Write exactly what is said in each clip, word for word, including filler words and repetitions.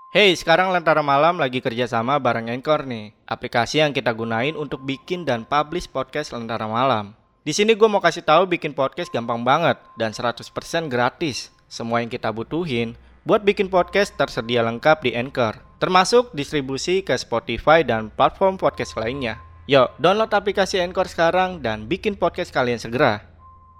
Hey, sekarang Lentera Malam lagi kerjasama bareng Anchor nih, aplikasi yang kita gunain untuk bikin dan publish podcast Lentera Malam. Di sini gue mau kasih tahu bikin podcast gampang banget dan seratus persen gratis. Semua yang kita butuhin buat bikin podcast tersedia lengkap di Anchor, termasuk distribusi ke Spotify dan platform podcast lainnya. Yuk, download aplikasi Anchor sekarang dan bikin podcast kalian segera.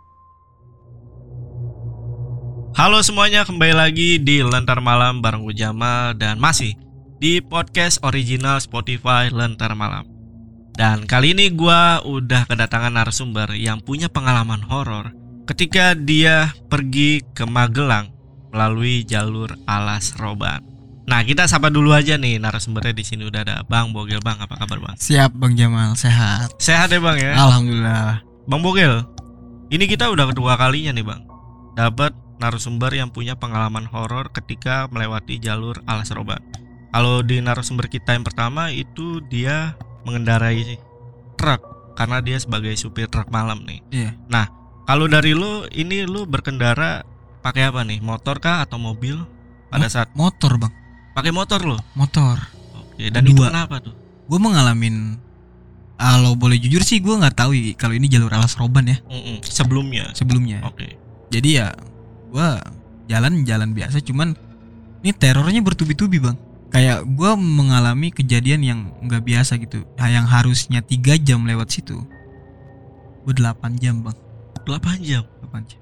Halo semuanya, kembali lagi di Lentera Malam bareng gue Jamal dan masih di podcast original Spotify Lentera Malam. Dan kali ini gue udah kedatangan narasumber yang punya pengalaman horor ketika dia pergi ke Magelang melalui jalur Alas Roban. Nah, kita sapa dulu aja nih narasumbernya. Di sini udah ada Bang Bogel. Bang, apa kabar Bang? Siap Bang Jamal, sehat. Sehat ya Bang ya? Alhamdulillah. Bang Bogel, ini kita udah kedua kalinya nih Bang dapat narasumber yang punya pengalaman horor ketika melewati jalur Alas Roban. Kalau di narasumber kita yang pertama itu dia mengendarai truk karena dia sebagai supir truk malam nih. Iya. Nah, kalau dari lu ini lu berkendara pakai apa nih? Motor kah atau mobil? Pada Mo- saat motor Bang, pakai motor lo. motor. Oke, dan itu Dua. kenapa tuh? Gue mengalamin, kalau boleh jujur sih gue nggak tahu i- kalau ini jalur Alas Roban ya Mm-mm, sebelumnya. sebelumnya. Oke. Jadi ya gue jalan-jalan biasa, cuman ini terornya bertubi-tubi Bang. Kayak gue mengalami kejadian yang nggak biasa gitu. Yang harusnya tiga jam lewat situ, gue delapan jam Bang. delapan jam. delapan jam.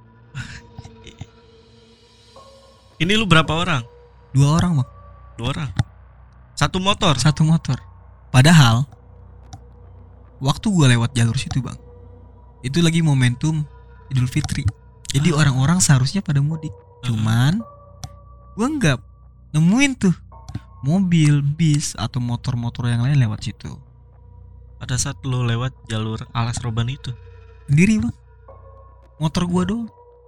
Ini lu berapa orang? Dua orang Bang, Dua orang. Satu motor. satu motor. Padahal waktu gue lewat jalur situ Bang, itu lagi momentum Idul Fitri. Jadi Ah. orang-orang seharusnya pada mudik. Cuman gue nggak nemuin tuh mobil, bis atau motor-motor yang lain lewat situ. Pada saat lu lewat jalur Alas Roban itu. Sendiri Bang, motor gue doang.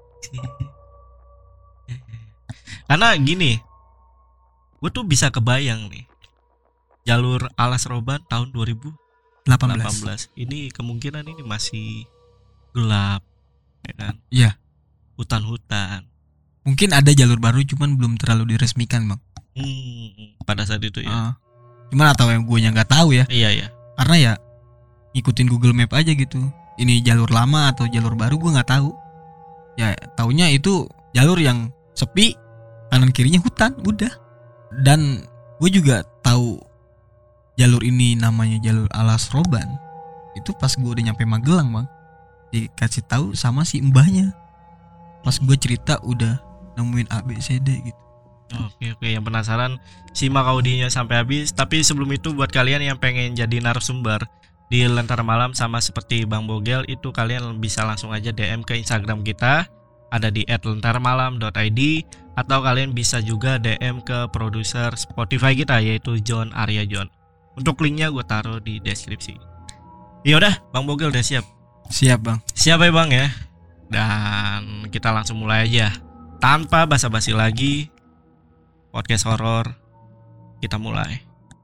Karena gini, gue tuh bisa kebayang nih jalur Alas Roban tahun dua ribu delapan delapan belas. belas. Ini kemungkinan ini masih gelap, ya kan? Iya. Hutan-hutan. Mungkin ada jalur baru cuman belum terlalu diresmikan Bang. Hmm, pada saat itu ya. Ah. Cuman atau yang gue nya nggak tahu ya. Iya ya. Karena ya ngikutin Google Map aja gitu. Ini jalur lama atau jalur baru gue nggak tahu. Ya taunya itu jalur yang sepi, kanan kirinya hutan, udah. Dan gue juga tahu jalur ini namanya jalur Alas Roban itu pas gue udah nyampe Magelang Bang. Dikasih tahu sama si mbahnya. Pas gue cerita udah nemuin A B C D gitu. Oke oke, yang penasaran simak audionya sampai habis. Tapi sebelum itu buat kalian yang pengen jadi narasumber di Lentera Malam sama seperti Bang Bogel, itu kalian bisa langsung aja D M ke Instagram kita, ada di et lentera malam dot i d, atau kalian bisa juga D M ke produser Spotify kita yaitu John Arya John. Untuk linknya gue taruh di deskripsi. Yaudah, Bang Bogel udah siap? Siap Bang. Siap ya Bang ya. Dan kita langsung mulai aja tanpa basa-basi lagi. Podcast horor kita mulai.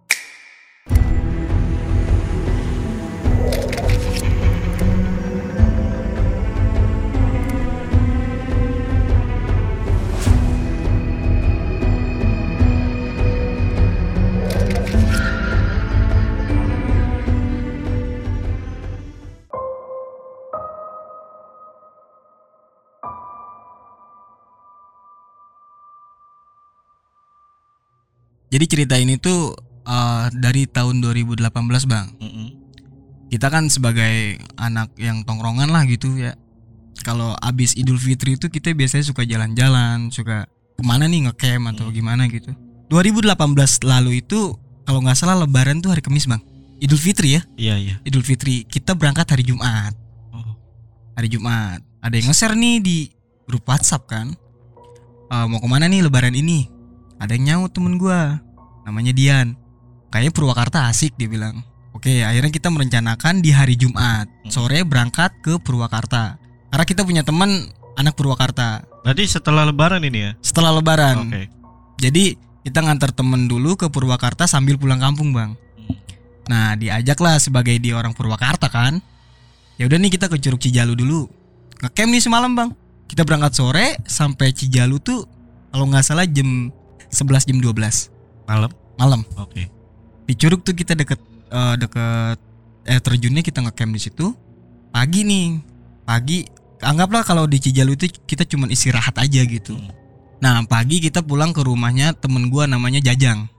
Jadi cerita ini tuh uh, dari tahun dua ribu delapan belas Bang. Mm-mm. Kita kan sebagai anak yang tongkrongan lah gitu ya. Kalau abis Idul Fitri itu kita biasanya suka jalan-jalan, suka kemana nih ngecamp atau gimana gitu. dua ribu delapan belas lalu itu kalau nggak salah Lebaran tuh hari Kamis Bang. Idul Fitri ya. Iya iya. Idul Fitri kita berangkat hari Jumat. Oh. Hari Jumat. Ada yang nge-share nih di grup WhatsApp kan. Uh, mau kemana nih Lebaran ini? Ada yang nyaut temen gue, namanya Dian. Kayaknya Purwakarta asik dia bilang. Oke, akhirnya kita merencanakan di hari Jumat sore berangkat ke Purwakarta. Karena kita punya teman anak Purwakarta. Berarti setelah Lebaran ini ya? Setelah Lebaran. Oke. Jadi kita ngantar temen dulu ke Purwakarta sambil pulang kampung Bang. Nah diajaklah sebagai dia orang Purwakarta kan. Ya udah nih kita ke Curug Cijalu dulu. Ngecamp nih semalam Bang. Kita berangkat sore sampai Cijalu tuh kalau nggak salah jam sebelas jam dua belas Malam. malam. Oke. Di Curug tuh kita deket eh, deket air terjunnya, kita ngecamp di situ. Pagi nih, pagi anggaplah kalau di Cijalu itu kita cuma istirahat aja gitu. Hmm. Nah pagi kita pulang ke rumahnya temen gua namanya Jajang.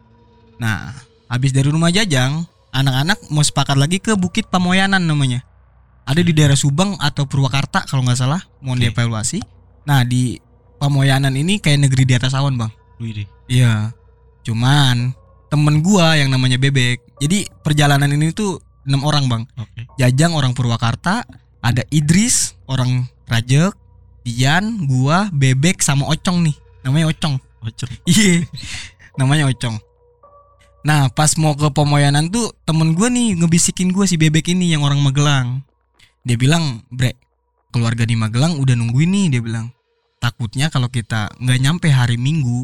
Nah habis dari rumah Jajang, anak-anak mau sepakat lagi ke Bukit Pamoyanan namanya. Ada di daerah Subang atau Purwakarta kalau nggak salah, mohon Oke. dievaluasi. Nah di Pamoyanan ini kayak negeri di atas awan bang. Widih. Iya. Cuman temen gua yang namanya Bebek. Jadi perjalanan ini tuh enam orang bang. Oke. Jajang orang Purwakarta, ada Idris orang Rajek, Dian, gua, Bebek sama Ocong nih. Namanya Ocong. Ocong. Iya. Namanya Ocong. Nah, pas mau ke Pamoyanan tuh temen gua nih ngebisikin gua si Bebek ini yang orang Magelang. Dia bilang, "Bre, keluarga di Magelang udah nungguin nih," dia bilang. "Takutnya kalau kita nggak nyampe hari Minggu,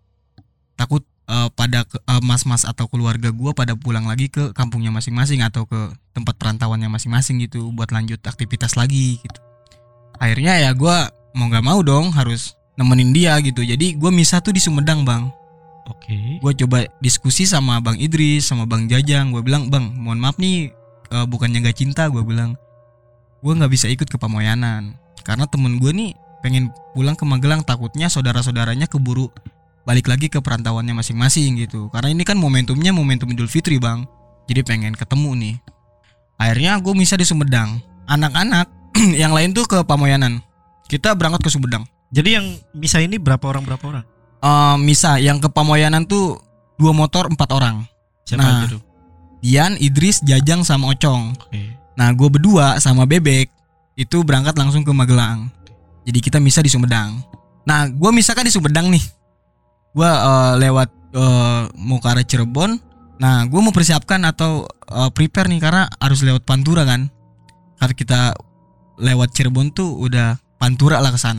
takut uh, pada ke- uh, mas-mas atau keluarga gua pada pulang lagi ke kampungnya masing-masing atau ke tempat perantauannya masing-masing gitu buat lanjut aktivitas lagi gitu." Akhirnya ya gua mau nggak mau dong harus nemenin dia gitu. Jadi gua misah tuh di Sumedang bang. Oke. Gue coba diskusi sama Bang Idris, sama Bang Jajang. Gue bilang, "Bang, mohon maaf nih, uh, bukannya gak cinta," gue bilang, "gue gak bisa ikut ke Pamoyanan karena temen gue nih pengen pulang ke Magelang, takutnya saudara-saudaranya keburu balik lagi ke perantauannya masing-masing gitu. Karena ini kan momentumnya momentum Idul Fitri bang, jadi pengen ketemu nih." Akhirnya gue misah di Sumedang. Anak-anak yang lain tuh ke Pamoyanan. Kita berangkat ke Sumedang. Jadi yang bisa ini berapa orang berapa orang? Uh, misah yang ke Pamoyanan tuh dua motor empat orang. Siapa Nah. aja tuh? Dian, Idris, Jajang sama Ocong. Oke. Nah gue berdua sama Bebek itu berangkat langsung ke Magelang. Jadi kita misah di Sumedang. Nah gue misahkan di Sumedang nih. Gue uh, lewat uh, mau ke arah Cirebon. Nah gue mau persiapkan atau uh, prepare nih karena harus lewat Pantura kan. Karena kita lewat Cirebon tuh udah Pantura lah ke sana.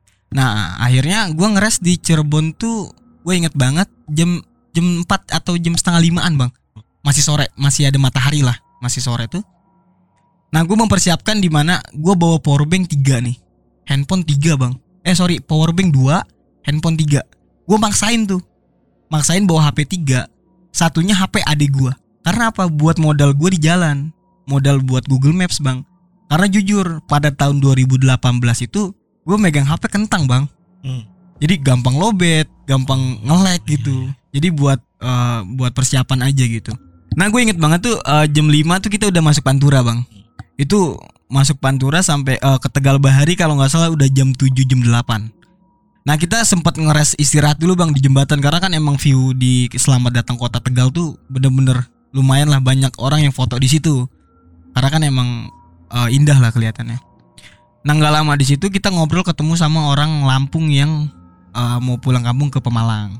Nah akhirnya gue ngeres di Cirebon tuh, gue inget banget jam jam empat atau jam setengah limaan bang. Masih sore, masih ada matahari lah, masih sore tuh. Nah gue mempersiapkan di mana gue bawa powerbank tiga nih, handphone tiga bang. Eh sorry, powerbank dua, handphone tiga. Gue maksain tuh, maksain bawa H P tiga, satunya H P adik gue. Karena apa? Buat modal gue di jalan, modal buat Google Maps bang. Karena jujur pada tahun dua ribu delapan belas itu gue megang H P kentang bang. Hmm. Jadi gampang lobet, gampang nge-lag gitu. Jadi buat uh, buat persiapan aja gitu. Nah gue inget banget tuh uh, jam lima tuh kita udah masuk Pantura bang. Itu masuk Pantura sampai uh, ke Tegal Bahari kalau nggak salah udah jam tujuh jam delapan. Nah kita sempat ngeres istirahat dulu bang di jembatan karena kan emang view di Selamat Datang Kota Tegal tuh bener-bener lumayan lah, banyak orang yang foto di situ. Karena kan emang uh, indah lah kelihatannya. Nah nggak lama di situ kita ngobrol ketemu sama orang Lampung yang uh, mau pulang kampung ke Pemalang.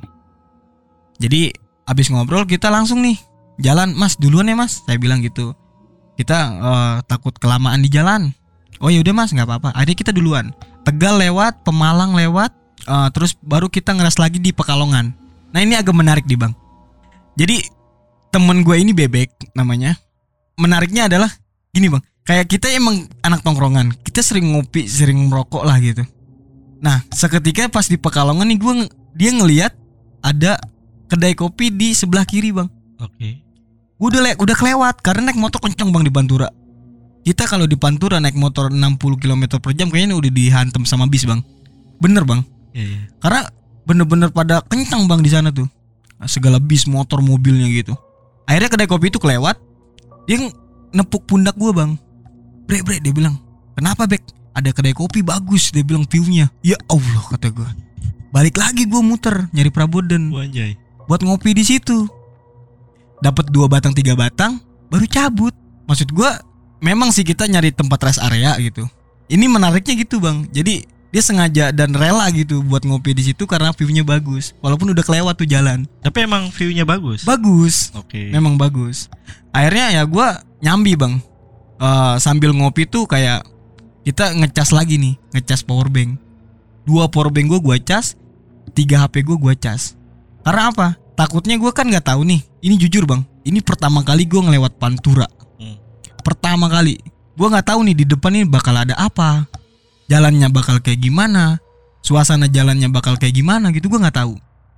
Jadi abis ngobrol kita langsung nih jalan, "Mas duluan ya mas," saya bilang gitu. Kita uh, takut kelamaan di jalan. "Oh ya udah mas, nggak apa-apa." Akhirnya kita duluan. Tegal lewat, Pemalang lewat, uh, terus baru kita ngeres lagi di Pekalongan. Nah ini agak menarik nih bang. Jadi temen gue ini Bebek namanya. Menariknya adalah gini bang. Kayak kita emang anak tongkrongan, kita sering ngopi, sering merokok lah gitu. Nah, seketika pas di Pekalongan nih gue dia ngelihat ada kedai kopi di sebelah kiri bang. Oke. Gue udah le- udah kelewat karena naik motor kenceng bang di Pantura. Kita kalau di Pantura naik motor enam puluh kilometer per jam kayaknya udah dihantam sama bis bang. Bener bang. Iya, iya. Karena bener-bener pada kencang bang di sana tuh. Segala bis, motor, mobilnya gitu. Akhirnya kedai kopi itu kelewat. Dia nepuk pundak gue bang. "Bre bre," dia bilang, "Kenapa Bek? Ada kedai kopi bagus," dia bilang, "view-nya." Ya Allah kata gue. Balik lagi gue muter nyari Praboden Wanjay. buat ngopi di situ. Dapat dua batang tiga batang baru cabut. Maksud gue memang sih kita nyari tempat rest area gitu. Ini menariknya gitu bang. Jadi dia sengaja dan rela gitu buat ngopi di situ karena view-nya bagus. Walaupun udah kelewat tuh jalan. Tapi emang view-nya bagus. Bagus. Oke. Memang bagus. Akhirnya ya gue nyambi bang. Uh, sambil ngopi tuh kayak kita ngecas lagi nih, ngecas powerbank. Dua powerbank gue gue cas, tiga H P gue gue cas. Karena apa? Takutnya gue kan nggak tahu nih. Ini jujur bang, ini pertama kali gue ngelewat Pantura. Hmm. Pertama kali, gue nggak tahu nih di depan ini bakal ada apa, jalannya bakal kayak gimana, suasana jalannya bakal kayak gimana gitu gue nggak tahu.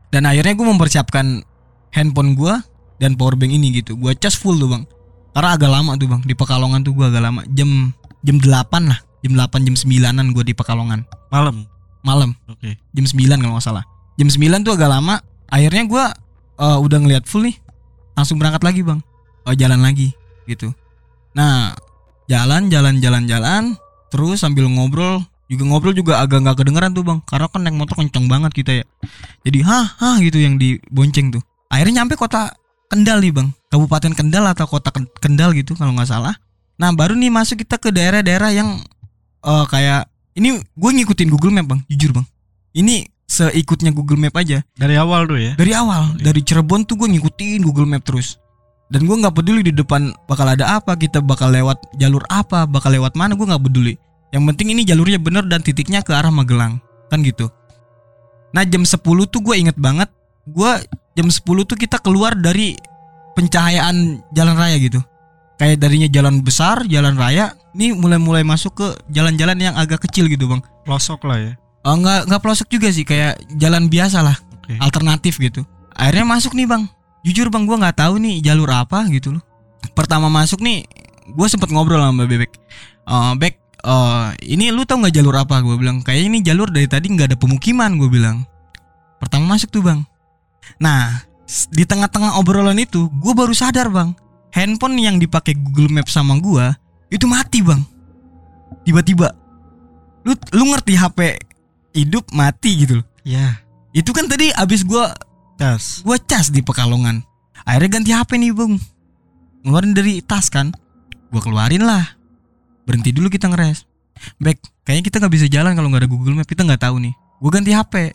Dan akhirnya gue mempersiapkan handphone gue dan powerbank ini gitu. Gue cas full tuh bang. Karena agak lama tuh bang. Di Pekalongan tuh gue agak lama. Jam jam delapan lah. Jam delapan jam sembilanan gue di Pekalongan. Malam. Malam. Oke. Okay. Jam sembilan kalau gak salah. Jam sembilan tuh agak lama. Akhirnya gue uh, udah ngeliat full nih. Langsung berangkat lagi bang. Oh, jalan lagi gitu. Nah jalan jalan jalan jalan. Terus sambil ngobrol. Juga ngobrol juga agak gak kedengeran tuh bang. Karena kan naik motor kenceng banget kita ya. Jadi hah hah gitu yang dibonceng tuh. Akhirnya nyampe kota Kendal nih bang. Kabupaten Kendal atau kota Kendal gitu kalau gak salah. Nah baru nih masuk kita ke daerah-daerah yang uh, kayak. Ini gue ngikutin Google Map bang. Jujur bang. Ini seikutnya Google Map aja. Dari awal tuh ya? Dari awal. Dari Cirebon tuh gue ngikutin Google Map terus. Dan gue gak peduli di depan bakal ada apa. Kita bakal lewat jalur apa. Bakal lewat mana gue gak peduli. Yang penting ini jalurnya bener dan titiknya ke arah Magelang. Kan gitu. Nah jam sepuluh tuh gue inget banget. Gue jam sepuluh tuh kita keluar dari pencahayaan jalan raya gitu. Kayak darinya jalan besar, jalan raya. Ini mulai-mulai masuk ke jalan-jalan yang agak kecil gitu bang. Pelosok lah ya. Oh, nggak, nggak pelosok juga sih. Kayak jalan biasa lah. Okay. Alternatif gitu. Akhirnya masuk nih bang. Jujur bang gue gak tahu nih jalur apa gitu loh. Pertama masuk nih gue sempet ngobrol sama Mbak Bebek. uh, Bek Uh, ini lu tau gak jalur apa? Gue bilang kayak ini jalur dari tadi gak ada pemukiman. Gue bilang pertama masuk tuh bang. Nah di tengah-tengah obrolan itu gue baru sadar bang. Handphone yang dipakai Google Maps sama gue itu mati bang. Tiba-tiba. Lu lu ngerti H P hidup mati gitu loh. Ya. Itu kan tadi abis gue cas. Gue cas di Pekalongan. Akhirnya ganti H P nih bang. Ngeluarin dari tas kan. Gue keluarin lah. Berhenti dulu kita ngeres. Bek, kayaknya kita gak bisa jalan kalau gak ada Google Map. Kita gak tahu nih. Gue ganti H P.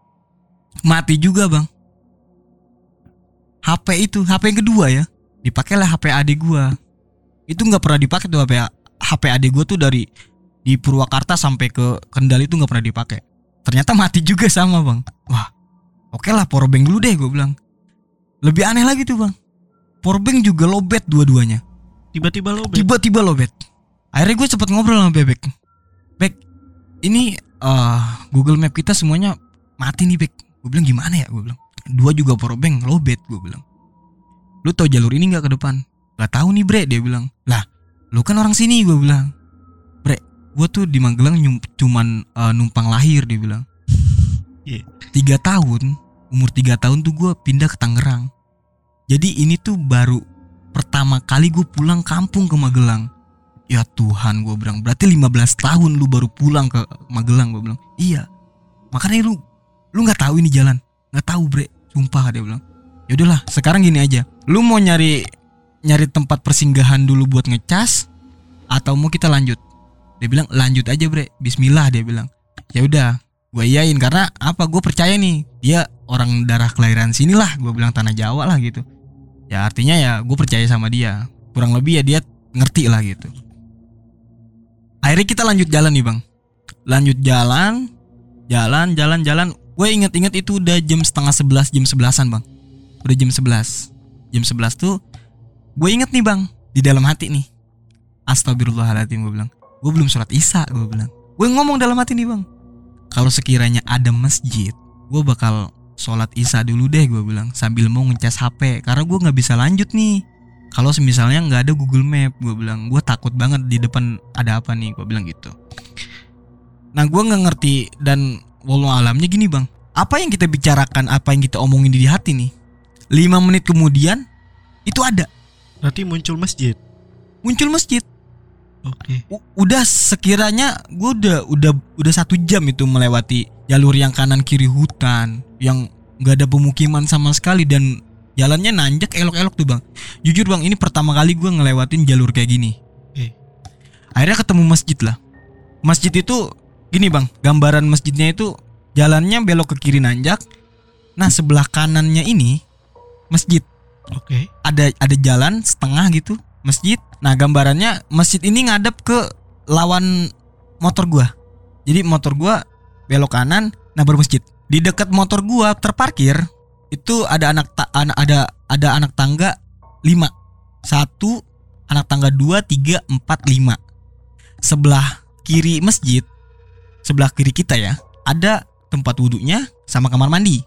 Mati juga bang. H P itu, H P yang kedua ya. Dipakailah H P adik gue. Itu gak pernah dipakai tuh H P H P adik gue tuh dari di Purwakarta sampai ke Kendal itu gak pernah dipakai. Ternyata mati juga sama bang. Wah, oke lah powerbank dulu deh gue bilang. Lebih aneh lagi tuh bang. Powerbank juga lowbat dua-duanya. Tiba-tiba lowbat. Tiba-tiba lowbat. Akhirnya gue sempet ngobrol sama Bebek. Bek, ini uh, Google Map kita semuanya mati nih Bek. Gue bilang gimana ya? Gue bilang dua juga powerbank lowbat. Gue bilang lu tahu jalur ini gak ke depan? Gak tahu nih bre. Dia bilang lah lu kan orang sini. Gue bilang bre, gue tuh di Magelang nyum, cuman uh, numpang lahir. Dia bilang yeah. Tiga tahun, umur tiga tahun tuh gue pindah ke Tangerang. Jadi ini tuh baru pertama kali gue pulang kampung ke Magelang. Ya Tuhan gue bilang, berarti lima belas tahun lu baru pulang ke Magelang. Gue bilang iya. Makanya lu lu gak tahu ini jalan. Gak tahu bre, sumpah. Dia bilang ya udahlah sekarang gini aja. Lu mau nyari nyari tempat persinggahan dulu buat ngecas atau mau kita lanjut? Dia bilang lanjut aja bre, bismillah. Dia bilang ya udah gue iyain. Karena apa, gue percaya nih dia orang darah kelahiran sini lah. Gue bilang tanah Jawa lah gitu. Ya artinya ya gue percaya sama dia. Kurang lebih ya dia ngerti lah gitu. Akhirnya kita lanjut jalan nih bang. Lanjut jalan. Jalan, jalan, jalan. Gue inget-inget itu udah jam setengah sebelas. Jam sebelasan bang. Udah jam sebelas. Jam sebelas tuh gue inget nih bang. Di dalam hati nih, astagfirullahaladzim gue bilang. Gue belum sholat isya gue bilang. Gue ngomong dalam hati nih bang. Kalau sekiranya ada masjid, gue bakal sholat isya dulu deh gue bilang. Sambil mau ngecas H P. Karena gue gak bisa lanjut nih kalau misalnya nggak ada Google Map. Gue bilang gue takut banget di depan ada apa nih. Gue bilang gitu. Nah gue nggak ngerti dan wallahu alamnya gini bang. Apa yang kita bicarakan, apa yang kita omongin di hati nih, lima menit kemudian itu ada. Berarti muncul masjid. Muncul masjid. Oke. U- udah sekiranya gue udah udah udah satu jam itu melewati jalur yang kanan kiri hutan, yang nggak ada pemukiman sama sekali dan jalannya nanjak elok-elok tuh bang. Jujur bang, ini pertama kali gue ngelewatin jalur kayak gini. Okay. Akhirnya ketemu masjid lah. Masjid itu gini bang, gambaran masjidnya itu jalannya belok ke kiri nanjak. Nah sebelah kanannya ini masjid. Oke. Okay. Ada ada jalan setengah gitu, masjid. Nah gambarannya masjid ini ngadep ke lawan motor gue. Jadi motor gue belok kanan, nah baru masjid. Di dekat motor gue terparkir itu ada anak ta- an- ada ada anak tangga lima. Satu, anak tangga dua, tiga, empat, lima. Sebelah kiri masjid, sebelah kiri kita ya, ada tempat wudhunya sama kamar mandi.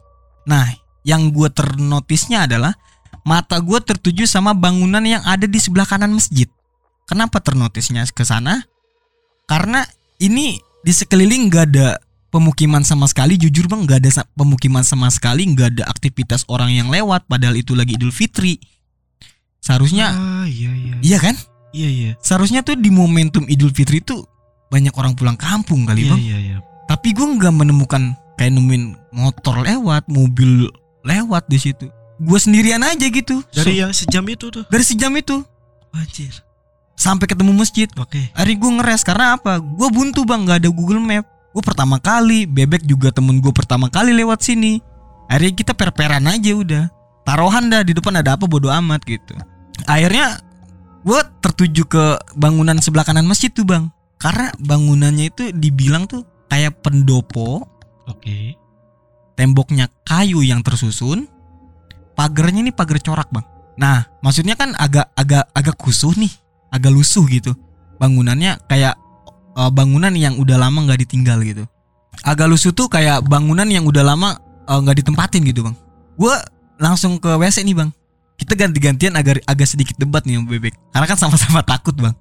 Nah, yang gue ternotisnya adalah mata gue tertuju sama bangunan yang ada di sebelah kanan masjid. Kenapa ternotisnya ke sana? Karena ini di sekeliling gak ada pemukiman sama sekali. Jujur bang, gak ada pemukiman sama sekali, gak ada aktivitas orang yang lewat. Padahal itu lagi Idul Fitri. Seharusnya ah, iya, iya. Iya kan? Iya iya. Seharusnya tuh di momentum Idul Fitri tuh banyak orang pulang kampung kali Iya bang. iya iya. Tapi gue gak menemukan kayak nemuin motor lewat, mobil lewat di situ. Gue sendirian aja gitu. Dari So, yang sejam itu tuh. dari sejam itu Anjir. sampai ketemu masjid. Oke. Hari gue ngeres karena apa? Gue buntu bang, nggak ada Google Map. Gue pertama kali, Bebek juga temen gue pertama kali lewat sini. Akhirnya kita per-peran aja udah. Taruhan dah di depan ada apa bodo amat gitu. Akhirnya gue tertuju ke bangunan sebelah kanan masjid tuh bang. Karena bangunannya itu dibilang tuh kayak pendopo. Oke. Temboknya kayu yang tersusun. Pagernya ini pagar corak bang. Nah maksudnya kan agak agak agak kusuh nih, agak lusuh gitu. Bangunannya kayak uh, bangunan yang udah lama nggak ditinggal gitu. Agak lusuh tuh kayak bangunan yang udah lama nggak uh, ditempatin gitu bang. Gue langsung ke W C nih bang. Kita ganti-gantian agak agak sedikit debat nih sama Bebek. Karena kan sama-sama takut bang.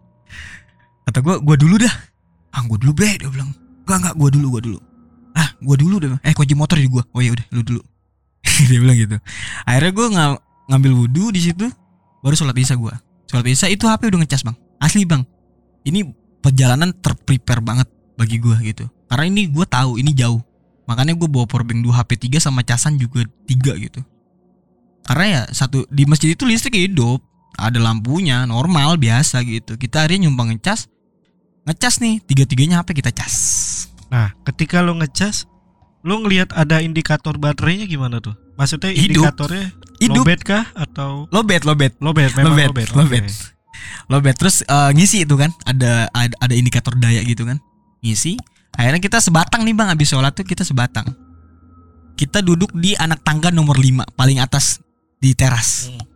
Kata gue, gue dulu dah. Ah gue dulu bre, dia bilang. Enggak enggak, gue dulu, gue dulu. Ah gue dulu deh. Eh kunci motor di gue. Oh ya udah, lu dulu. Dia bilang gitu. Akhirnya gue ng- ngambil wudhu di situ, baru sholat isya gue. Sholat isya itu H P udah ngecas bang. Asli bang. Ini perjalanan terprepare banget bagi gue gitu. Karena ini gue tahu ini jauh. Makanya gue bawa powerbank dua, H P tiga sama casan juga tiga gitu. Karena ya satu di masjid itu listrik hidup, ada lampunya normal biasa gitu. Kita hari nyumbang ngecas, ngecas nih tiga-tiganya H P kita cas. Nah, ketika lo ngecas, lo ngelihat ada indikator baterainya gimana tuh? Maksudnya Hidup. indikatornya Hidup. lowbat kah atau Lobet, lobet, lowbat? Memang lobet, lowbat. lobet. Oke. Lobet terus uh, ngisi itu kan, ada, ada ada indikator daya gitu kan, ngisi. Akhirnya kita sebatang nih bang, abis sholat tuh kita sebatang. Kita duduk di anak tangga nomor lima paling atas di teras. Hmm.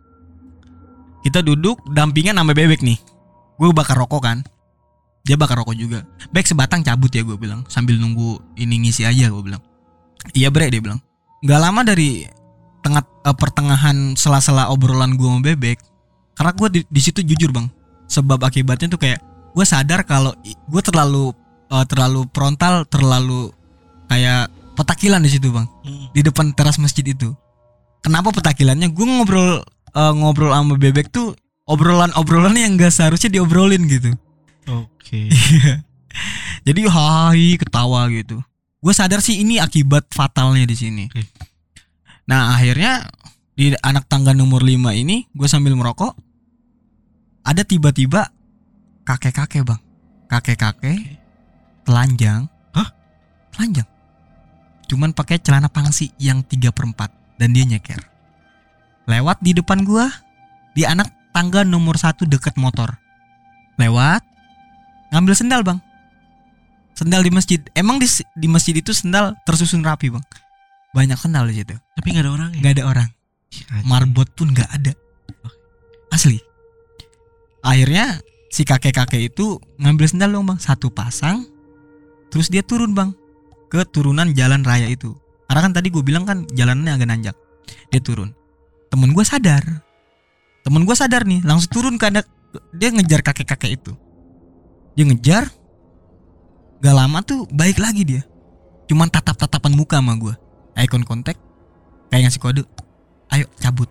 Kita duduk dampingan sama Bebek nih. Gue bakar rokok kan, dia bakar rokok juga. Bek sebatang cabut ya gue bilang, sambil nunggu ini ngisi aja gue bilang. Iya bre, dia bilang. Gak lama dari tengah uh, pertengahan sela-sela obrolan gue sama Bebek, karena gue di, di situ jujur bang, sebab akibatnya tuh kayak gue sadar kalau gue terlalu uh, terlalu frontal, terlalu kayak petakilan di situ bang, Hmm. di depan teras masjid itu. Kenapa petakilannya? Gue ngobrol uh, ngobrol sama Bebek tuh obrolan-obrolan yang gak seharusnya diobrolin gitu. Oke. Jadi hai ketawa gitu. Gue sadar sih ini akibat fatalnya di sini. Oke. Nah akhirnya di anak tangga nomor lima ini gue sambil merokok, ada tiba-tiba kakek-kakek bang, kakek-kakek telanjang. Hah? Telanjang. Cuman pakai celana pangsi yang tiga per empat dan dia nyeker. Lewat di depan gue di anak tangga nomor satu deket motor. Lewat ngambil sendal bang. Sendal di masjid. Emang di, di masjid itu sendal tersusun rapi bang. Banyak sendal di situ. Tapi nggak ada orangnya. Gak ada orang. Marbot pun gak ada. Asli. Akhirnya si kakek-kakek itu ngambil sendal dong bang, satu pasang. Terus dia turun bang ke turunan jalan raya itu. Karena kan tadi gue bilang kan jalannya agak nanjak. Dia turun. Temen gue sadar. Temen gue sadar nih, langsung turun ke anak. Dia ngejar kakek-kakek itu. Dia ngejar. Gak lama tuh baik lagi dia. Cuman tatap-tatapan muka sama gue, eye contact, kayak ngasih kode, ayo cabut.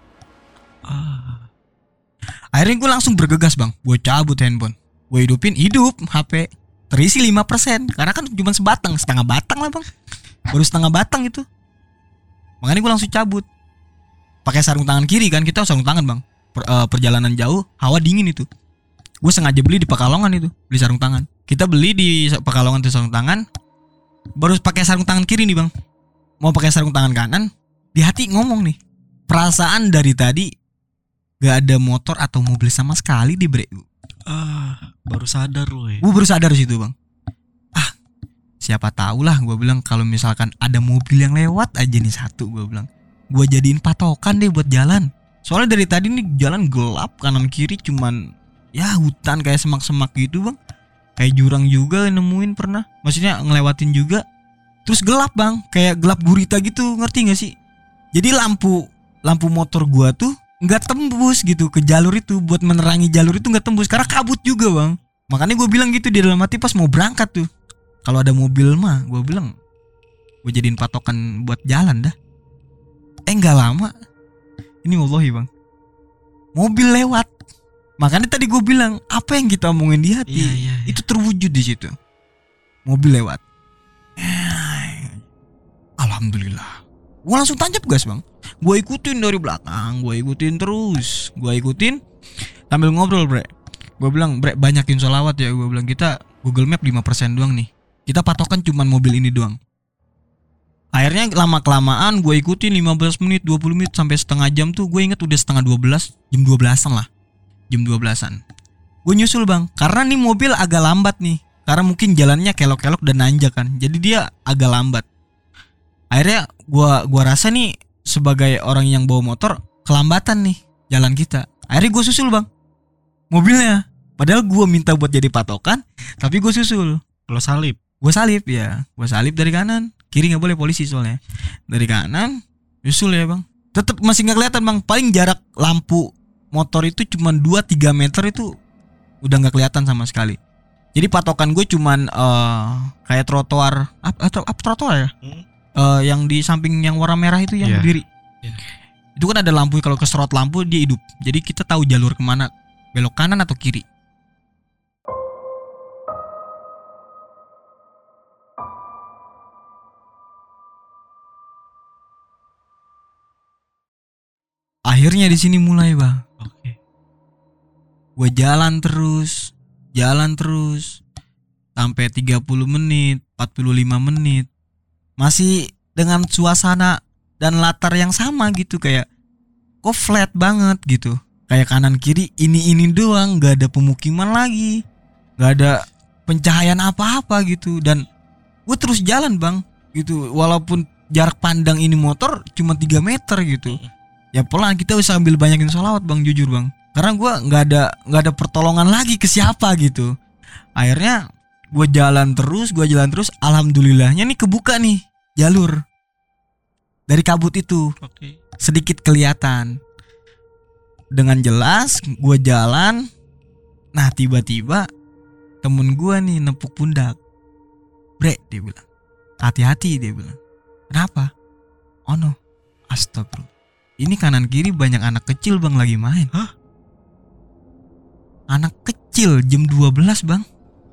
Ah. Akhirnya gue langsung bergegas bang, gue cabut handphone, gue hidupin, hidup H P terisi lima persen. Karena kan cuma sebatang, setengah batang lah bang, baru setengah batang itu. Makanya gue langsung cabut. Pakai sarung tangan kiri kan, kita sarung tangan bang. Per, uh, perjalanan jauh, hawa dingin itu. Gue sengaja beli di Pekalongan itu, beli sarung tangan. Kita beli di Pekalongan tuh sarung tangan. Baru pakai sarung tangan kiri nih bang, mau pakai sarung tangan kanan. Di hati ngomong nih, perasaan dari tadi gak ada motor atau mobil sama sekali di brek. Ah, baru sadar loh ya. Gue baru sadar di situ bang. Ah, siapa tahu lah, gue bilang kalau misalkan ada mobil yang lewat aja nih satu, gue bilang, gue jadiin patokan deh buat jalan. Soalnya dari tadi nih jalan gelap, kanan kiri cuman ya hutan kayak semak-semak gitu bang. Kayak jurang juga nemuin pernah. Maksudnya ngelewatin juga. Terus gelap bang, kayak gelap gurita gitu, ngerti gak sih? Jadi lampu lampu motor gua tuh nggak tembus gitu ke jalur itu, buat menerangi jalur itu nggak tembus karena kabut juga bang. Makanya gue bilang gitu di dalam hati pas mau berangkat tuh, kalau ada mobil mah gue bilang gue jadiin patokan buat jalan dah. Eh nggak lama, ini wallahi bang, mobil lewat. Makanya tadi gue bilang apa yang kita omongin di hati Iya, iya, iya. itu terwujud di situ. Mobil lewat, alhamdulillah. Gue langsung tancap gas bang. Gue ikutin dari belakang, gue ikutin terus, gue ikutin sambil ngobrol bre. Gue bilang bre banyakin sholawat ya. Gue bilang kita Google Map lima persen doang nih, kita patokan cuman mobil ini doang. Akhirnya lama kelamaan gue ikutin lima belas menit, dua puluh menit sampai setengah jam tuh. Gue inget udah setengah dua belas, jam dua belasan lah, jam dua belasan. Gue nyusul bang, karena nih mobil agak lambat nih, karena mungkin jalannya kelok-kelok dan nanjak kan, jadi dia agak lambat. Akhirnya gua gua rasa nih sebagai orang yang bawa motor kelambatan nih jalan kita. Akhirnya gue susul bang mobilnya. Padahal gue minta buat jadi patokan, tapi gue susul. Lo salib. Gue salib ya, gue salib dari kanan. Kiri nggak boleh, polisi soalnya. Dari kanan susul ya bang. Tetap masih nggak kelihatan bang. Paling jarak lampu motor itu cuma dua tiga meter, itu udah nggak kelihatan sama sekali. Jadi patokan gue cuman uh, kayak trotoar atau apa trotoar ya? Hmm? Uh, yang di samping yang warna merah itu yang yeah. berdiri. Yeah. Itu kan ada lampu, kalau keserot lampu dia hidup. Jadi kita tahu jalur kemana, belok kanan atau kiri. Akhirnya di sini mulai bang. Oke. Okay. Gue jalan terus, jalan terus sampai tiga puluh menit, empat puluh lima menit. Masih dengan suasana dan latar yang sama gitu, kayak kok flat banget gitu. Kayak kanan kiri ini-ini doang, gak ada pemukiman lagi, gak ada pencahayaan apa-apa gitu. Dan gue terus jalan bang gitu, walaupun jarak pandang ini motor cuma tiga meter gitu. Ya pelan, kita usah ambil banyakin sholawat bang, jujur bang. Karena gue gak ada gak ada pertolongan lagi ke siapa gitu. Akhirnya gue jalan terus, gue jalan terus. Alhamdulillahnya nih kebuka nih jalur dari kabut itu. Okay. Sedikit kelihatan dengan jelas. Gue jalan. Nah tiba-tiba temen gue nih nepuk pundak. Bre, dia bilang, hati-hati, dia bilang. Kenapa? Oh no, astagfirullah, ini kanan kiri banyak anak kecil bang lagi main. Hah? Anak kecil jam dua belas bang,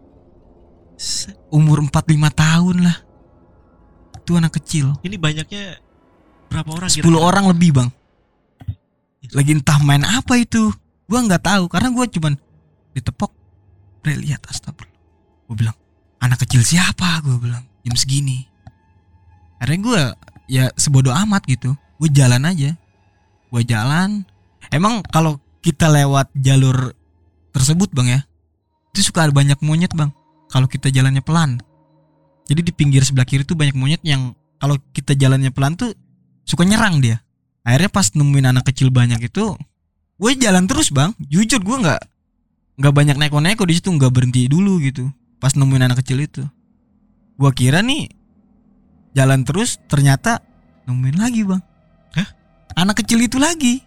umur empat lima tahun lah. Itu anak kecil. Ini banyaknya berapa orang? sepuluh orang lebih bang. Lagi entah main apa itu, gua nggak tahu karena gua cuman ditepok. Bre, lihat, astagfirullah. Gua bilang, anak kecil siapa? Gua bilang jam segini. Akhirnya gua ya sebodoh amat gitu, gua jalan aja. Gua jalan. Emang kalau kita lewat jalur tersebut bang ya, itu suka ada banyak monyet bang kalau kita jalannya pelan. Jadi di pinggir sebelah kiri tuh banyak monyet yang kalau kita jalannya pelan tuh suka nyerang dia. Akhirnya pas nemuin anak kecil banyak itu, gue jalan terus bang. Jujur gue nggak nggak banyak neko-neko di situ, nggak berhenti dulu gitu. Pas nemuin anak kecil itu, gue kira nih jalan terus, ternyata nemuin lagi bang. Hah? Anak kecil itu lagi.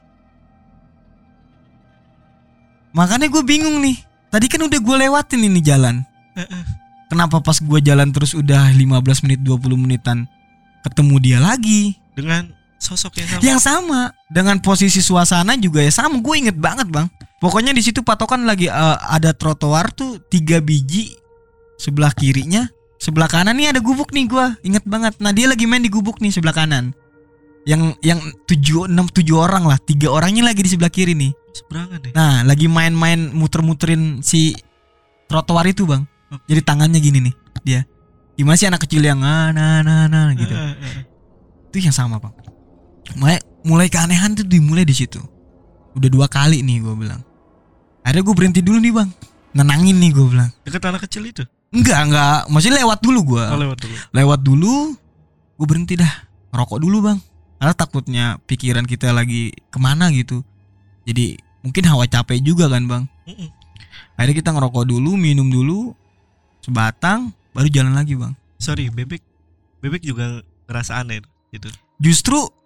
Makanya gue bingung nih. Tadi kan udah gue lewatin ini jalan. Kenapa pas gue jalan terus udah lima belas menit, dua puluh menitan ketemu dia lagi dengan sosok yang sama. Yang sama, dengan posisi suasana juga ya sama. Gue inget banget bang. Pokoknya di situ patokan lagi uh, ada trotoar tuh tiga biji sebelah kirinya, sebelah kanan nih ada gubuk nih gue. Inget banget. Nah dia lagi main di gubuk nih sebelah kanan. Yang yang tujuh enam tujuh orang lah, tiga orangnya lagi di sebelah kiri nih. Seberangan deh. Nah, lagi main-main muter-muterin si trotoar itu, Bang. Okay. Jadi tangannya gini nih, dia. Gimana sih anak kecil yang nah nah nah, nah gitu. Uh, uh, uh. Itu yang sama, Bang. Mulai mulai keanehan tuh dimulai di situ. Udah dua kali nih gue bilang. Akhirnya gue berhenti dulu nih, Bang. Nenangin nih gue bilang. Dekat anak kecil itu? Enggak, enggak. Maksudnya lewat dulu gue. Oh, lewat dulu. Lewat dulu. Gue berhenti dah. Ngerokok dulu, Bang. Karena takutnya pikiran kita lagi kemana gitu. Jadi mungkin hawa capek juga kan bang. Mm-mm. Akhirnya kita ngerokok dulu, minum dulu sebatang, baru jalan lagi bang. Sorry, bebek, bebek juga ngerasa aneh gitu. Justru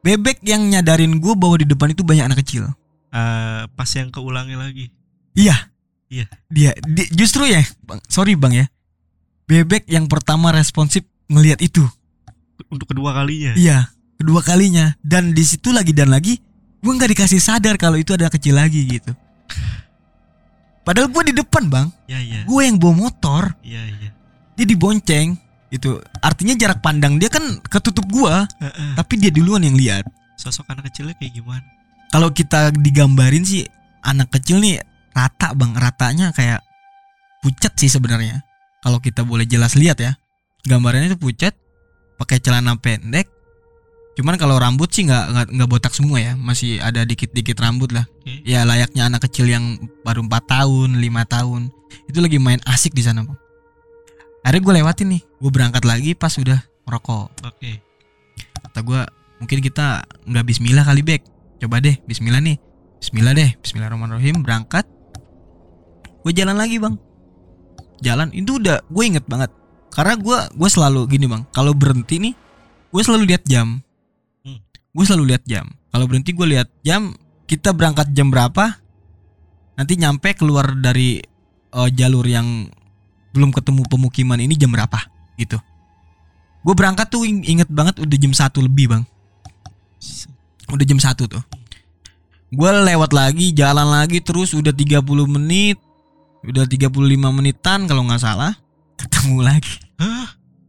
Bebek yang nyadarin gue bahwa di depan itu banyak anak kecil. Uh, pas yang keulangnya lagi. Iya. Iya. Dia, dia justru ya, bang, sorry bang ya. Bebek yang pertama responsif ngelihat itu. Untuk kedua kalinya. Iya, kedua kalinya. Dan di situ lagi dan lagi, gue nggak dikasih sadar kalau itu ada kecil lagi gitu. Padahal gue di depan bang. Iya iya. Gue yang bawa motor. Iya iya. Dia dibonceng. Itu artinya jarak pandang dia kan ketutup gue. Uh-uh. Tapi dia duluan yang lihat. Sosok anak kecilnya kayak gimana? Kalau kita digambarin sih anak kecil nih rata bang, ratanya kayak pucat sih sebenarnya. Kalau kita boleh jelas lihat ya, gambarannya itu pucat, pakai celana pendek. Cuman kalau rambut sih nggak nggak nggak botak semua ya, masih ada dikit-dikit rambut lah. Okay. Ya layaknya anak kecil yang baru empat tahun, lima tahun, itu lagi main asik di sana bang. Akhirnya gue lewatin nih, gue berangkat lagi pas udah merokok. Oke. Okay. Kata gue mungkin kita nggak Bismillah kali Bek. Coba deh Bismillah nih. Bismillah deh, Bismillahirrahmanirrahim. Berangkat. Gue jalan lagi bang. Jalan itu udah gue inget banget. Karena gue gue selalu gini bang. Kalau berhenti nih, gue selalu lihat jam. Hmm. Gue selalu lihat jam. Kalau berhenti gue lihat jam. Kita berangkat jam berapa? Nanti nyampe keluar dari uh, jalur yang belum ketemu pemukiman ini jam berapa? Gitu. Gue berangkat tuh inget banget udah jam satu lebih bang. Udah jam satu tuh. Gue lewat lagi, jalan lagi terus udah tiga puluh menit. Udah tiga puluh lima menitan kalau gak salah. Ketemu lagi. Hah?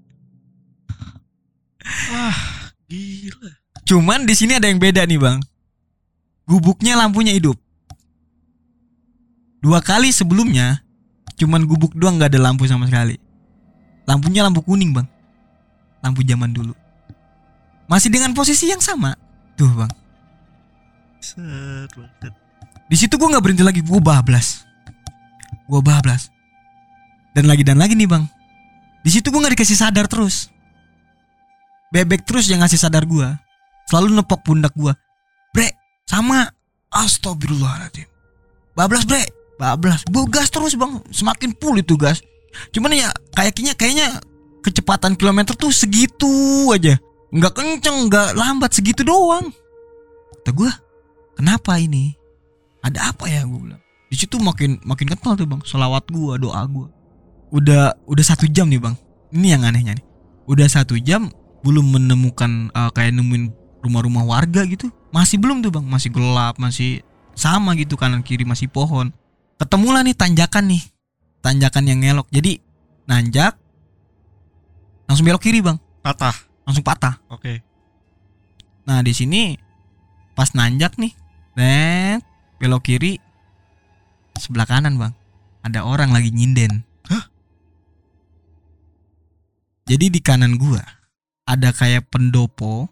Wah, gila. Cuman di sini ada yang beda nih bang. Gubuknya lampunya hidup. Dua kali sebelumnya cuman gubuk doang gak ada lampu sama sekali. Lampunya lampu kuning bang. Lampu zaman dulu. Masih dengan posisi yang sama. Tuh bang. Set, set. Di situ gue nggak berhenti lagi, gue bablas. Gue bablas. Dan lagi dan lagi nih bang. Di situ gue nggak dikasih sadar terus. Bebek terus yang ngasih sadar gue. Selalu nepok pundak gue. Bre, sama. Astagfirullahaladzim. Bablas bre, bablas. Gue gas terus bang. Semakin full itu gas. Cuman ya kayaknya kayaknya kecepatan kilometer tuh segitu aja. Nggak kenceng, nggak lambat, segitu doang. Kata gue, kenapa ini? Ada apa ya gue bilang. Di situ makin makin kental tuh bang. Selawat gue, doa gue. Udah udah satu jam nih bang. Ini yang anehnya nih. Udah satu jam belum menemukan uh, kayak nemuin rumah-rumah warga gitu. Masih belum tuh bang. Masih gelap, masih sama gitu kanan kiri masih pohon. Ketemulah nih tanjakan nih. Tanjakan yang ngelok. Jadi nanjak, langsung belok kiri bang. Patah. Langsung patah. Oke. Okay. Nah di sini pas nanjak nih, net belok kiri, sebelah kanan bang, ada orang lagi nyinden. Hah? Jadi di kanan gua ada kayak pendopo,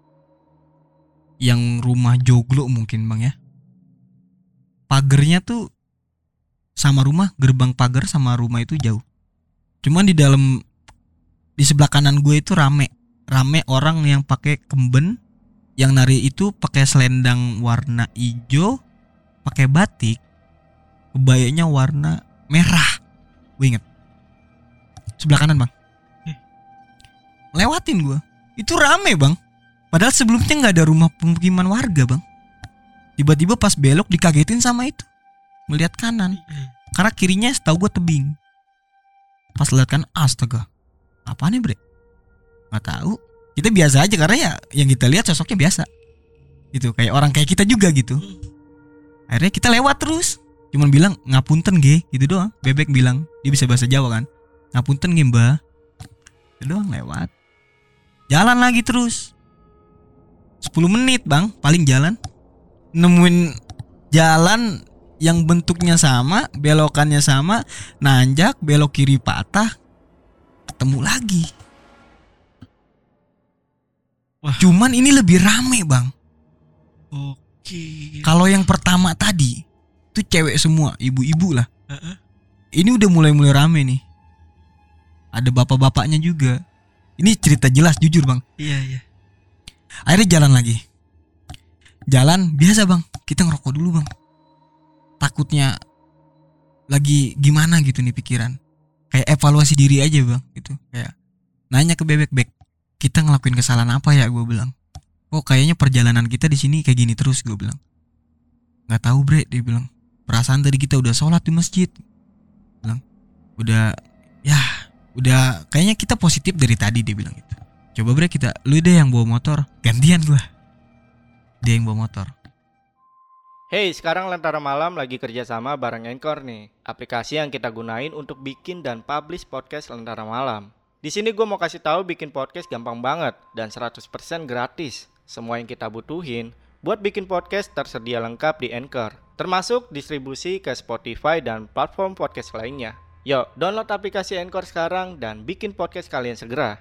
yang rumah joglo mungkin bang ya. Pagernya tuh sama rumah, gerbang pagar sama rumah itu jauh. Cuman di dalam, di sebelah kanan gue itu rame. Rame orang yang pakai kemben, yang nari itu pakai selendang warna hijau, pakai batik, kebayanya warna merah. Gue inget. Sebelah kanan bang. Lewatin gue. Itu rame bang. Padahal sebelumnya nggak ada rumah pemukiman warga bang. Tiba-tiba pas belok dikagetin sama itu. Melihat kanan. Karena kirinya setahu gue tebing. Pas lihat kan, astaga, apa nih bre? Nggak tahu. Kita biasa aja karena ya yang kita lihat sosoknya biasa. Gitu, kayak orang kayak kita juga gitu. Akhirnya kita lewat terus. Cuman bilang ngapunten ge, gitu doang. Bebek bilang, dia bisa bahasa Jawa kan. Ngapunten ge mbah. Itu doang lewat. Jalan lagi terus. sepuluh menit bang, paling jalan. Nemuin jalan yang bentuknya sama, belokannya sama, nanjak, belok kiri patah, ketemu lagi. Wah. Cuman ini lebih rame bang. Oke. Kalau yang pertama tadi itu cewek semua, ibu-ibu lah. Uh-uh. Ini udah mulai-mulai rame nih. Ada bapak-bapaknya juga. Ini cerita jelas jujur bang. Iya iya. Akhirnya jalan lagi. Jalan biasa bang. Kita ngerokok dulu bang. Takutnya lagi gimana gitu nih pikiran. Kayak evaluasi diri aja bang. Gitu. Kayak nanya ke bebek bek. Kita ngelakuin kesalahan apa ya gue bilang. kok kayaknya perjalanan kita di sini kayak gini terus, gue bilang. Nggak tahu bre, dia bilang. Perasaan tadi kita udah sholat di masjid, bilang. Udah, ya, udah kayaknya kita positif dari tadi, dia bilang gitu. Coba bre kita, lu deh yang bawa motor, gantian gue. Dia yang bawa motor. Hey, sekarang Lentera Malam lagi kerjasama bareng Anchor nih, aplikasi yang kita gunain untuk bikin dan publish podcast Lentera Malam. Di sini gue mau kasih tahu bikin podcast gampang banget dan seratus persen gratis. Semua yang kita butuhin buat bikin podcast tersedia lengkap di Anchor, termasuk distribusi ke Spotify dan platform podcast lainnya. Yuk, download aplikasi Anchor sekarang dan bikin podcast kalian segera.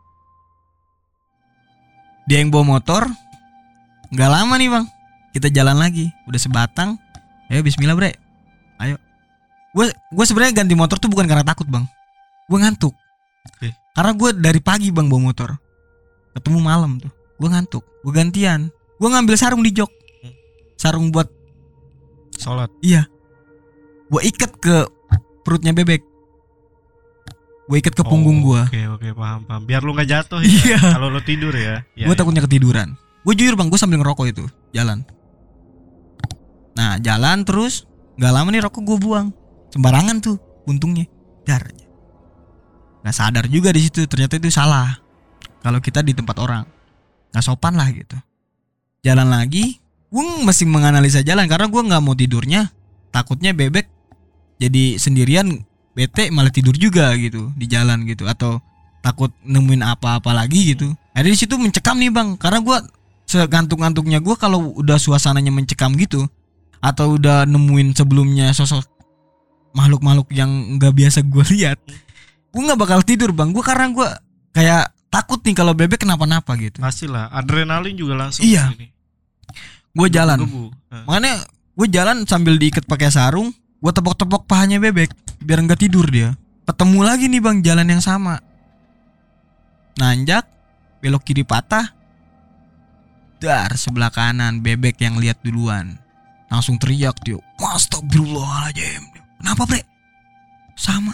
Dia yang bawa motor. Nggak lama nih bang, kita jalan lagi, udah sebatang. Ayo bismillah bre, ayo. Gue gue sebenarnya ganti motor tuh bukan karena takut bang, gue ngantuk. Oke. Karena gue dari pagi bang bawa motor, ketemu malam tuh, gue ngantuk. Gue gantian, gue ngambil sarung di jok, sarung buat sholat. Iya, gue ikat ke perutnya bebek, gue ikat ke punggung gue. Oke oke paham paham. Biar lu nggak jatuh ya. Iya. Kalau lu tidur ya. ya Gue ya. takutnya ketiduran. Gue jujur bang, gue sambil ngerokok itu jalan. Nah jalan terus, nggak lama nih rokok gue buang sembarangan tuh, untungnya dar aja. Nggak sadar juga di situ, ternyata itu salah. Kalau kita di tempat orang, nggak sopan lah gitu. Jalan lagi, gue masih menganalisa jalan karena gue nggak mau tidurnya, takutnya bebek jadi sendirian, bete malah tidur juga gitu di jalan gitu, atau takut nemuin apa-apa lagi gitu. Ada di situ mencekam nih bang, karena gue segantuk-gantuknya gue kalau udah suasananya mencekam gitu, atau udah nemuin sebelumnya sosok makhluk-makhluk yang nggak biasa gue lihat, gue nggak bakal tidur bang. Gue karena gue kayak takut nih kalau bebek kenapa-napa gitu. Pastilah, adrenalin juga langsung. Iya. Gue jalan, Gebu-gebu. Nah. makanya gue jalan sambil diikat pakai sarung, gue tepok-tepok pahanya bebek biar nggak tidur dia. Ketemu lagi nih bang jalan yang sama, nanjak, belok kiri patah, dar sebelah kanan bebek yang lihat duluan, langsung teriak dia, astagfirullahaladzim. Kenapa bre? Sama.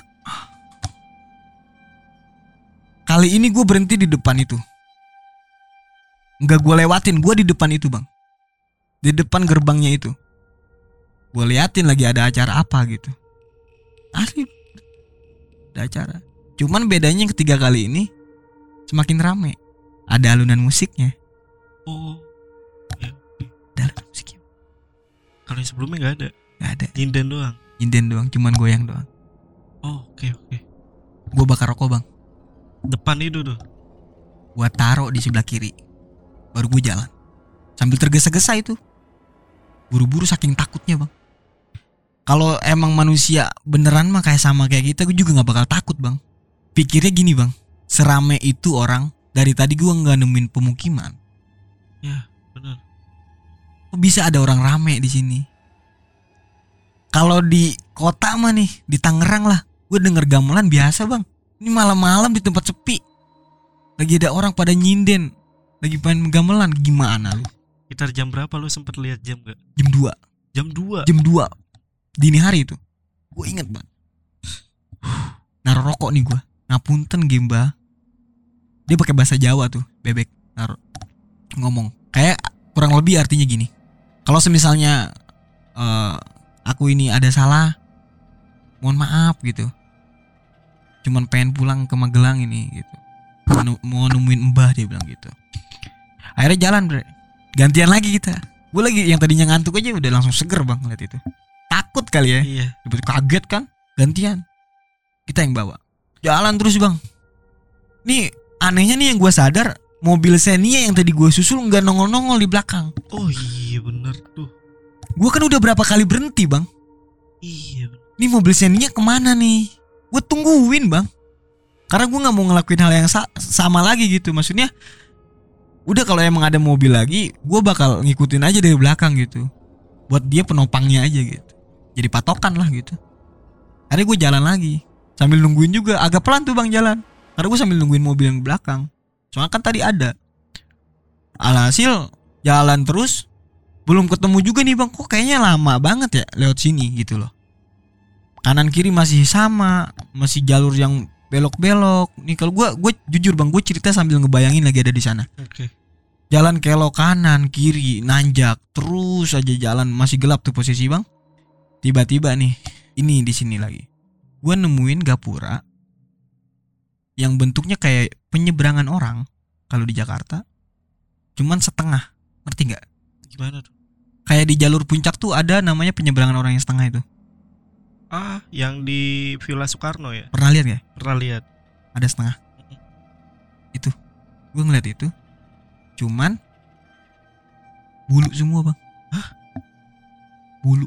Kali ini gue berhenti di depan itu, nggak gue lewatin, gue di depan itu bang, di depan gerbangnya itu. Gue liatin lagi ada acara apa gitu. Asli ada acara. Cuman bedanya yang ketiga kali ini semakin rame, ada alunan musiknya. Oh, ya, oke. Ada alunan musiknya. Kalau yang sebelumnya nggak ada. Nggak ada. Nyinden doang. Nyinden doang, cuman goyang doang. Oh, oke oke. Gue bakar rokok bang, Depan itu tuh. gue taruh di sebelah kiri, baru gue jalan sambil tergesa-gesa itu. Buru-buru saking takutnya bang. Kalau emang manusia beneran mah kayak sama kayak kita, gue juga nggak bakal takut bang. Pikirnya gini bang, serame itu orang, dari tadi gue nggak nemuin pemukiman. Ya benar. Kok bisa ada orang rame di sini? Kalau di kota mah nih, di Tangerang lah, gue denger gamelan biasa bang. Ini malam-malam di tempat sepi, lagi ada orang pada nyinden, lagi pengen gamelan, gimana lu? Sekitar jam berapa lu sempet lihat jam gak? Jam dua. Jam dua. Jam dua dini hari itu. Gue inget banget. Naruh rokok nih gue. Ngapunten Gemba. Dia pakai bahasa Jawa tuh, bebek. Naruh ngomong. Kayak kurang lebih artinya gini. Kalau semisalnya uh, aku ini ada salah, mohon maaf gitu. Cuman pengen pulang ke Magelang ini gitu. Mau nemuin Mbah, dia bilang gitu. Akhirnya jalan bre. Gantian lagi kita. Gue lagi yang tadinya ngantuk aja udah langsung seger bang ngeliat itu. Takut kali ya. Iya. Kaget kan. Gantian. Kita yang bawa. Jalan terus bang. Nih anehnya nih yang gue sadar, mobil Xenia yang tadi gue susul gak nongol-nongol di belakang. Oh iya bener tuh. Gue kan udah berapa kali berhenti bang. Iya bener. Nih mobil Xenia kemana nih? Gue tungguin bang. Karena gue gak mau ngelakuin hal yang sa- sama lagi gitu. Maksudnya udah kalau emang ada mobil lagi, gue bakal ngikutin aja dari belakang gitu. Buat dia penopangnya aja gitu. Jadi patokan lah gitu. Akhirnya gue jalan lagi sambil nungguin juga. Agak pelan tuh bang jalan, karena gue sambil nungguin mobil yang belakang. Soalnya kan tadi ada. Alhasil jalan terus, belum ketemu juga nih bang. Kok kayaknya lama banget ya lewat sini gitu loh. Kanan kiri masih sama, masih jalur yang belok-belok. Nih kalau gue gue jujur bang, gue cerita sambil ngebayangin lagi ada di sana. Oke. Jalan kelok kanan kiri nanjak terus aja jalan, masih gelap tuh posisi bang. Tiba-tiba nih, ini di sini lagi, gua nemuin gapura yang bentuknya kayak penyeberangan orang kalau di Jakarta, cuman setengah, ngerti nggak? Gimana tuh? Kayak di jalur puncak tuh ada namanya penyeberangan orang yang setengah itu. Ah, yang di Villa Soekarno ya? Pernah lihat nggak? Pernah lihat. Ada setengah. Itu, gue ngeliat itu, cuman bulu semua bang. Hah? Bulu.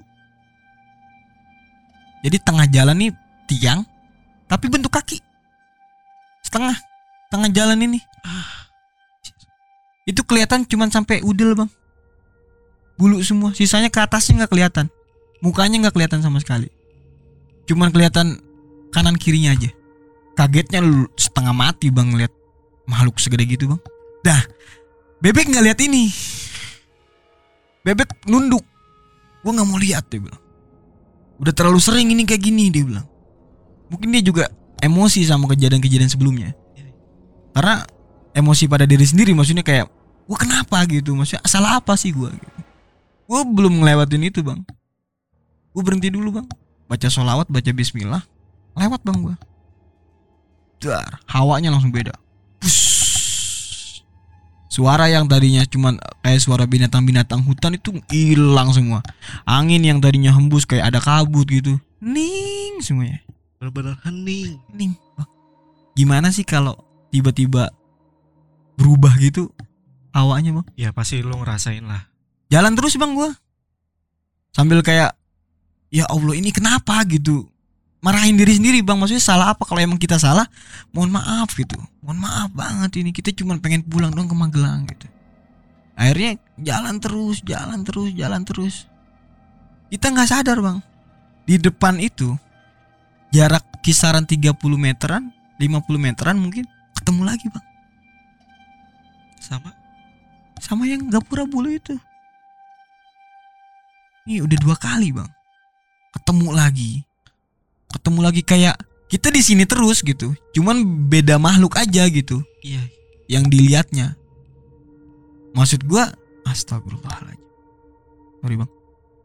Jadi tengah jalan nih tiang, tapi bentuk kaki. Setengah, tengah jalan ini. Ah, Itu kelihatan cuman sampai udel bang. Bulu semua, sisanya ke atasnya nggak kelihatan, mukanya nggak kelihatan sama sekali. Cuman kelihatan kanan kirinya aja. Kagetnya lu setengah mati bang lihat makhluk segede gitu bang. Dah, Bebek nggak lihat ini. Bebek nunduk. Gua nggak mau lihat, dia bilang. Udah terlalu sering ini kayak gini, dia bilang. Mungkin dia juga emosi sama kejadian-kejadian sebelumnya. Karena emosi pada diri sendiri, maksudnya kayak, gua kenapa gitu, maksudnya salah apa sih gua gitu. Gua belum ngelewatin itu bang. Gua berhenti dulu bang, baca sholawat, baca bismillah, lewat bang gua. Dar, hawanya langsung beda. Push. Suara yang tadinya cuman kayak suara binatang-binatang hutan itu hilang semua. Angin yang tadinya hembus kayak ada kabut gitu, ning semuanya. benar-benar hening. Ning. Gimana sih kalau tiba-tiba berubah gitu hawanya bang? Ya pasti lu ngerasain lah. Jalan terus bang gua, sambil kayak, ya Allah ini kenapa gitu. Marahin diri sendiri bang, maksudnya salah apa? Kalau emang kita salah, mohon maaf gitu, mohon maaf banget ini, kita cuma pengen pulang dong ke Magelang gitu. Akhirnya jalan terus, jalan terus, jalan terus. Kita nggak sadar bang, di depan itu jarak kisaran tiga puluh meteran, lima puluh meteran mungkin, ketemu lagi bang. Sama? Sama yang gapura bulu itu. Ini udah dua kali bang, ketemu lagi. Ketemu lagi kayak kita di sini terus gitu, cuman beda makhluk aja gitu. Iya. Yang dilihatnya. Maksud gua, astagfirullahaladzim. Sorry bang.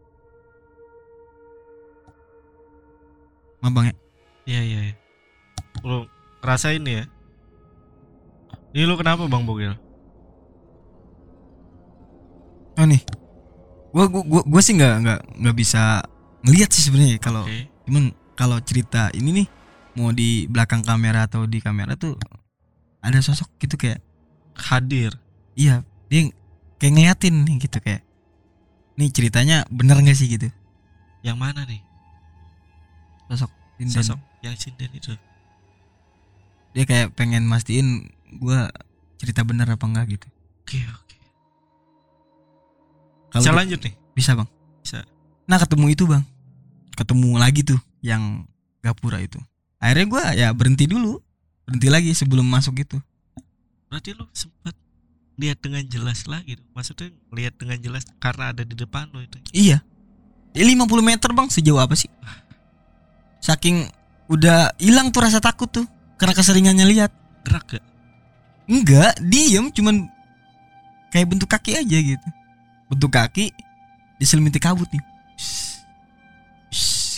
Maaf bang ya. Iya iya. iya. Lu rasain ya? Ini lu kenapa Bang Bogel? Oh nih, gua gua gua, gua sih nggak nggak nggak bisa ngelihat sih sebenarnya kalau. Oke. Cuman kalau cerita ini nih, mau di belakang kamera atau di kamera tuh ada sosok gitu kayak Hadir. iya, dia kayak ngeliatin nih gitu kayak, nih ceritanya bener nggak sih gitu. Yang mana nih? Sosok sinden. Sosok yang sinden itu. Dia kayak pengen mastiin gua cerita bener apa enggak gitu. Oke oke. Kalau Bisa di- lanjut nih? Bisa bang. Bisa. Nah ketemu itu bang, ketemu lagi tuh yang gapura itu. Akhirnya gua ya berhenti dulu, berhenti lagi sebelum masuk gitu. Berarti lu sempat lihat dengan jelas lagi tuh. Maksudnya lihat dengan jelas karena ada di depan lu itu. Iya, ya lima puluh meter bang, sejauh apa sih? Saking udah hilang tuh rasa takut tuh karena keseringannya lihat. Gerak gak? Enggak, diem, cuman kayak bentuk kaki aja gitu. Bentuk kaki diselimuti kabut nih. Shhh. Shhh.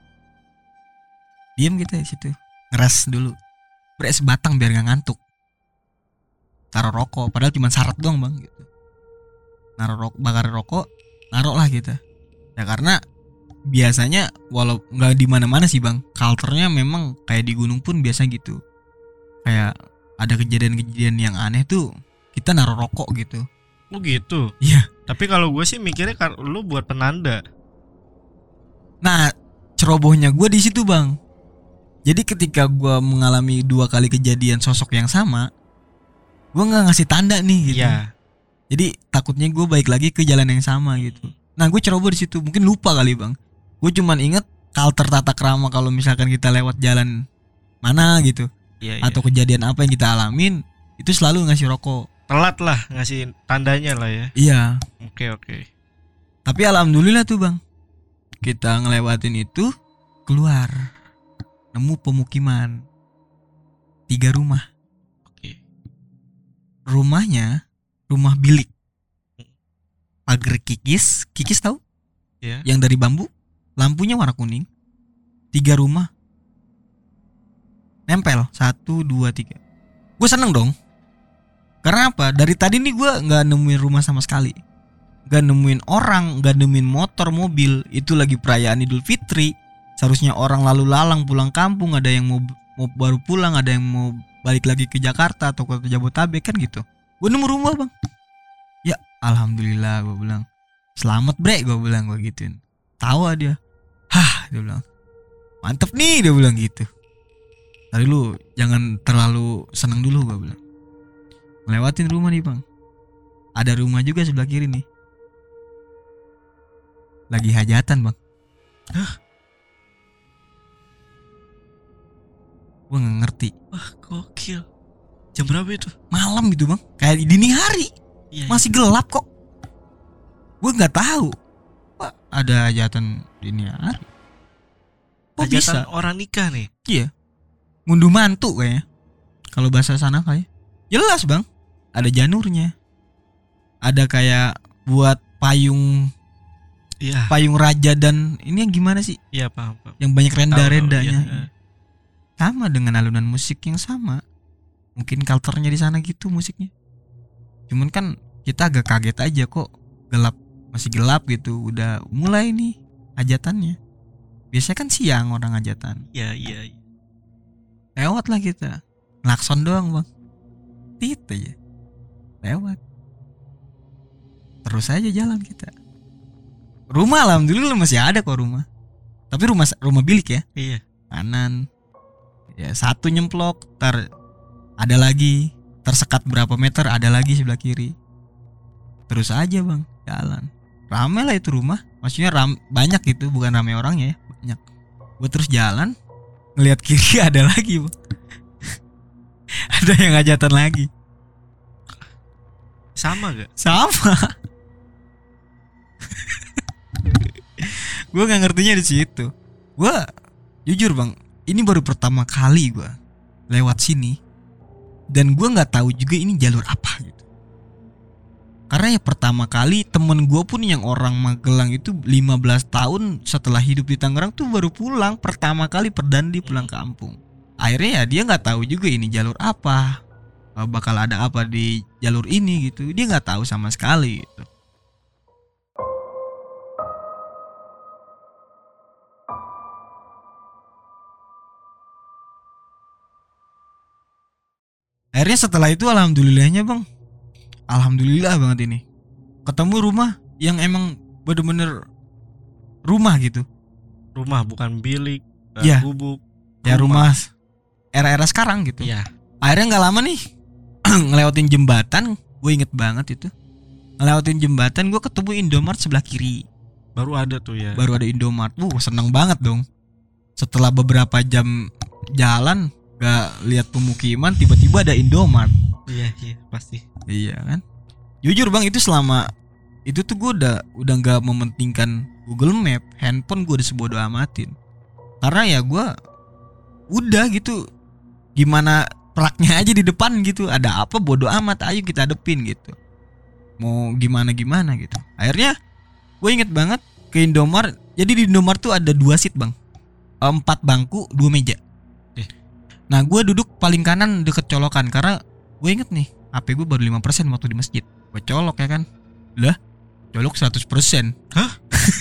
Diem gitu ya situ. Ngeras dulu. Beres batang biar gak ngantuk. Taruh rokok, padahal cuma syarat doang bang gitu. Naruh rokok, bakar rokok, naruh lah gitu. Ya karena biasanya walau nggak di mana-mana sih bang, culture-nya memang kayak di gunung pun biasa gitu. Kayak ada kejadian-kejadian yang aneh tuh kita naruh rokok gitu. Lu gitu. Iya. Tapi kalau gue sih mikirnya kar- lu buat penanda. Nah, cerobohnya gue di situ bang. Jadi ketika gue mengalami dua kali kejadian sosok yang sama, gue nggak ngasih tanda nih gitu. Iya. Jadi takutnya gue balik lagi ke jalan yang sama gitu. Nah gue ceroboh di situ, mungkin lupa kali bang. Gue cuman inget culture tata krama kalau misalkan kita lewat jalan mana gitu, Iya, atau iya. kejadian apa yang kita alamin, itu selalu ngasih rokok. Telat lah ngasih tandanya lah ya. Iya. Oke oke. Tapi alhamdulillah tuh bang, kita ngelewatin itu keluar, nemu pemukiman tiga rumah. Oke. Rumahnya rumah bilik. Pagar kikis, kikis tahu? Ya. Yang dari bambu, lampunya warna kuning. Tiga rumah. Nempel, satu, dua, tiga. Gue seneng dong. Karena apa? Dari tadi nih gue nggak nemuin rumah sama sekali. Gak nemuin orang, gak nemuin motor, mobil. Itu lagi perayaan Idul Fitri. Seharusnya orang lalu lalang pulang kampung. Ada yang mau, mau baru pulang, ada yang mau balik lagi ke Jakarta atau ke Jabodetabek kan gitu. Gue nemu rumah bang. Ya alhamdulillah gue bilang. Selamat bre gue bilang, gue gituin. Tawa dia. Hah dia bilang. Mantep nih dia bilang gitu. Tadi lu jangan terlalu seneng dulu gue bilang. Ngelewatin rumah nih bang. Ada rumah juga sebelah kiri nih. Lagi hajatan bang. Hah? Gue gak ngerti. Wah gokil. Jam berapa itu? Malam gitu bang. Kayak dini hari. Iya, Masih gelap kok. Gue gak tahu. Wah, ada hajatan dini hari. Kok hajatan bisa? orang nikah nih. Iya. Ngunduh mantu kayaknya. Kalau bahasa sana kayak. Jelas bang. Ada janurnya. Ada kayak buat payung. Iya. Payung raja dan ini yang gimana sih? Iya paham, paham. Yang banyak renda-rendanya. Tahu, iya. Sama dengan alunan musik yang sama. Mungkin culture-nya di sana gitu musiknya. Cuman kan kita agak kaget aja kok gelap, masih gelap gitu. Udah mulai nih hajatannya. Biasanya kan siang orang hajatan. Iya, iya, iya. Lewat lah kita. Klakson doang bang. Tit aja. Lewat. Terus aja jalan kita. Rumah alhamdulillah masih ada kok rumah. Tapi rumah rumah bilik ya. Iya. Kanan. Ya satu nyemplok, tar ada lagi, tersekat berapa meter ada lagi sebelah kiri. Terus aja bang, jalan. Rame lah itu rumah. Maksudnya ram, banyak gitu, bukan rame orangnya ya, banyak. Gue terus jalan, ngelihat kiri ada lagi bang. Ada yang hajatan lagi. Sama gak? Sama. Gue nggak ngertinya di situ. Gue jujur bang, ini baru pertama kali gue lewat sini dan gue nggak tahu juga ini jalur apa gitu. Karena ya pertama kali temen gue pun yang orang Magelang itu lima belas tahun setelah hidup di Tangerang tuh baru pulang pertama kali perdana di pulang kampung. Akhirnya ya dia nggak tahu juga ini jalur apa, bakal ada apa di jalur ini gitu. Dia nggak tahu sama sekali gitu. Akhirnya setelah itu alhamdulillahnya bang, alhamdulillah banget ini ketemu rumah yang emang bener-bener rumah gitu. Rumah bukan bilik, ya. Gubuk. Ya rumah era-era sekarang gitu. Ya. Akhirnya nggak lama nih ngelewatin jembatan, gue inget banget itu. Ngelewatin jembatan gue ketemu Indomart sebelah kiri. Baru ada tuh ya. Baru ada Indomart. Wuh seneng banget dong. Setelah beberapa jam jalan gak lihat pemukiman, tiba-tiba ada Indomart. Iya, iya pasti. Iya kan. Jujur bang, itu selama itu tuh gue udah udah nggak mementingkan Google Map, handphone gue udah sebodo amatin. Karena ya gue udah gitu, gimana plaknya aja di depan gitu. Ada apa bodo amat, ayo kita hadepin gitu. Mau gimana gimana gitu. Akhirnya gue inget banget ke Indomart. Jadi di Indomart tuh ada dua seat bang, empat bangku, dua meja. Nah gue duduk paling kanan deket colokan. Karena gue inget nih H P gue baru lima persen waktu di masjid. Gue colok ya kan. Lah colok seratus persen. Hah?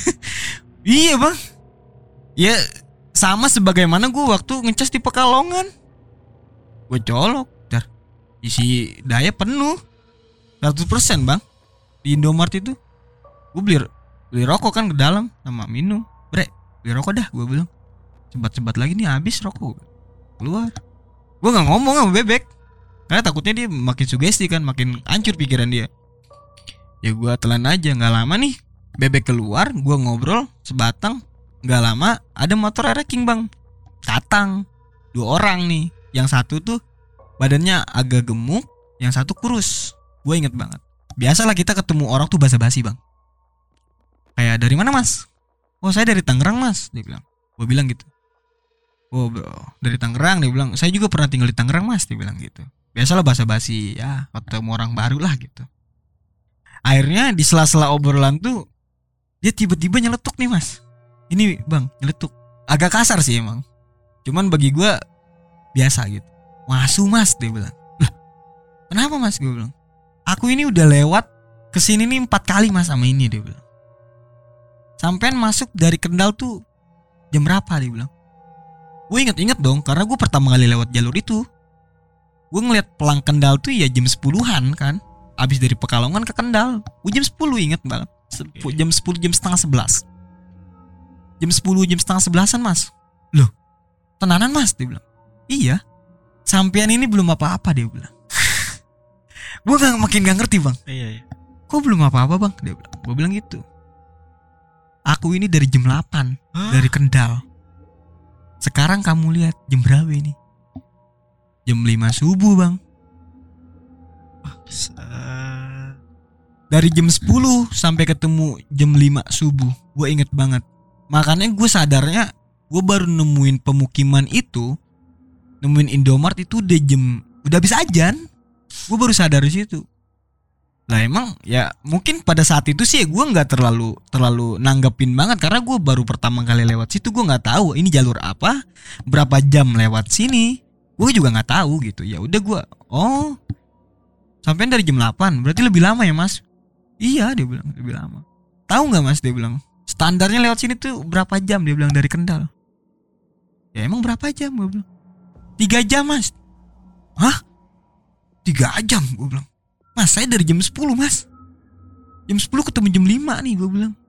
Iya bang. Ya sama sebagaimana gue waktu ngecas di Pekalongan. Gue colok dar, isi daya penuh seratus persen bang. Di Indomart itu gue beli, beli rokok kan ke dalam sama minum. Bre beli rokok dah gue bilang. Sebat-sebat lagi nih habis rokok. Keluar. Gue gak ngomong sama Bebek karena takutnya dia makin sugesti kan, makin hancur pikiran dia. Ya gue telan aja. Gak lama nih Bebek keluar, gue ngobrol sebatang. Gak lama ada motor ereking bang, datang dua orang nih. Yang satu tuh badannya agak gemuk, yang satu kurus. Gue inget banget. Biasalah kita ketemu orang tuh basa-basi bang. Kayak dari mana mas? Oh saya dari Tangerang mas, dia bilang. Gue bilang gitu. Oh bro, dari Tangerang, dia bilang. Saya juga pernah tinggal di Tangerang mas, dia bilang gitu. Biasalah basa-basi ya, ketemu orang baru lah gitu. Akhirnya di sela-sela obrolan tuh dia tiba-tiba nyeletuk nih mas. Ini bang nyeletuk. Agak kasar sih emang. Cuman bagi gue biasa gitu. Masu mas dia bilang. Lah kenapa mas gue bilang. Aku ini udah lewat kesini nih empat kali mas sama ini dia bilang. Sampean masuk dari Kendal tuh jam berapa dia bilang. Gue inget-inget dong karena gue pertama kali lewat jalur itu. Gue ngeliat pelang Kendal tuh ya jam sepuluhan kan. Abis dari Pekalongan ke Kendal. Gue jam sepuluh inget banget. Jam sepuluh, jam setengah sebelas. Jam sepuluh, jam setengah sebelasan mas. Loh tenanan mas dia bilang. Iya sampean ini belum apa-apa dia bilang. Gue gak, makin gak ngerti bang. Iya, iya. Kok belum apa-apa bang dia bilang. Gue bilang gitu. Aku ini dari jam delapan. Hah? Dari Kendal. Sekarang kamu lihat jam berapa ini? Jam lima subuh bang. Dari jam sepuluh sampai ketemu jam lima subuh. Gue inget banget. Makanya gue sadarnya gue baru nemuin pemukiman itu, nemuin Indomart itu udah jam udah habis ajan. Gue baru sadar di situ. Lah emang ya mungkin pada saat itu sih gue nggak terlalu terlalu nanggepin banget karena gue baru pertama kali lewat situ. Gue nggak tahu ini jalur apa, berapa jam lewat sini. Gue juga nggak tahu gitu. Ya udah gue oh sampai dari jam delapan berarti lebih lama ya mas. Iya dia bilang lebih lama. Tahu nggak mas dia bilang standarnya lewat sini tuh berapa jam dia bilang dari Kendal. Ya emang berapa jam gue bilang. Tiga jam mas. Hah? Tiga jam gue bilang. Mas saya dari jam sepuluh mas. Jam sepuluh ketemu jam lima nih gue bilang.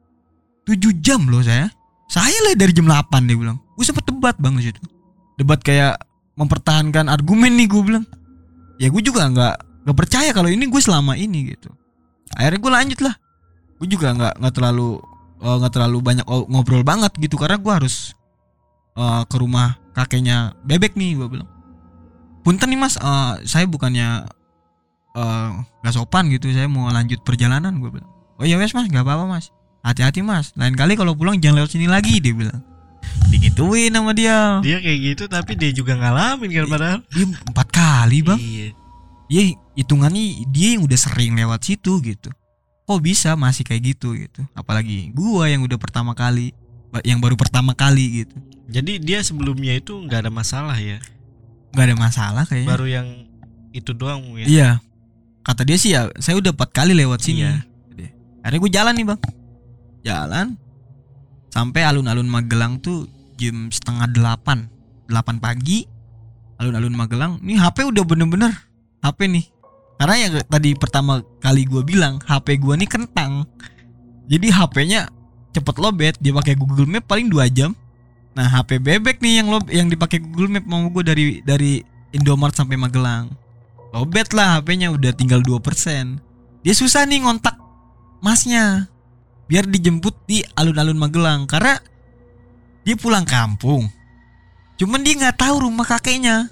Tujuh jam loh saya. Saya lah dari jam delapan dia bilang. Gue sempet debat bang di situ. Debat kayak mempertahankan argumen nih gue bilang. Ya gue juga gak, gak percaya kalau ini gue selama ini gitu. Akhirnya gue lanjut lah. Gue juga gak, gak terlalu uh, Gak terlalu banyak ngobrol banget gitu. Karena gue harus uh, ke rumah kakeknya Bebek nih gue bilang. Punten nih mas uh, saya bukannya uh, gak sopan gitu. Saya mau lanjut perjalanan gue bilang. Oh iya wes mas gak apa-apa mas. Hati-hati mas. Lain kali kalau pulang jangan lewat sini lagi dia bilang. Digituin sama dia. Dia kayak gitu tapi dia juga ngalamin kan padahal. Dia empat kali bang. Iya. Dia hitungannya dia yang udah sering lewat situ gitu. Kok bisa masih kayak gitu gitu. Apalagi gua yang udah pertama kali, yang baru pertama kali gitu. Jadi dia sebelumnya itu nggak ada masalah ya? Nggak ada masalah kayaknya. Baru yang itu doang ya? Iya. Kata dia sih ya saya udah empat kali lewat sini. Iya. Akhirnya gue jalan nih bang. Jalan sampai alun-alun Magelang tuh jam setengah delapan. Delapan pagi. Alun-alun Magelang. Nih H P udah bener-bener H P nih. Karena yang tadi pertama kali gue bilang H P gue nih kentang. Jadi H P-nya cepet lobet. Dia pakai Google Map paling dua jam. Nah H P Bebek nih yang lob, yang dipakai Google Map mau gue dari dari Indomart sampai Magelang. Lobet lah H P-nya udah tinggal dua persen. Dia susah nih ngontak masnya biar dijemput di alun-alun Magelang karena dia pulang kampung. Cuman dia nggak tahu rumah kakeknya.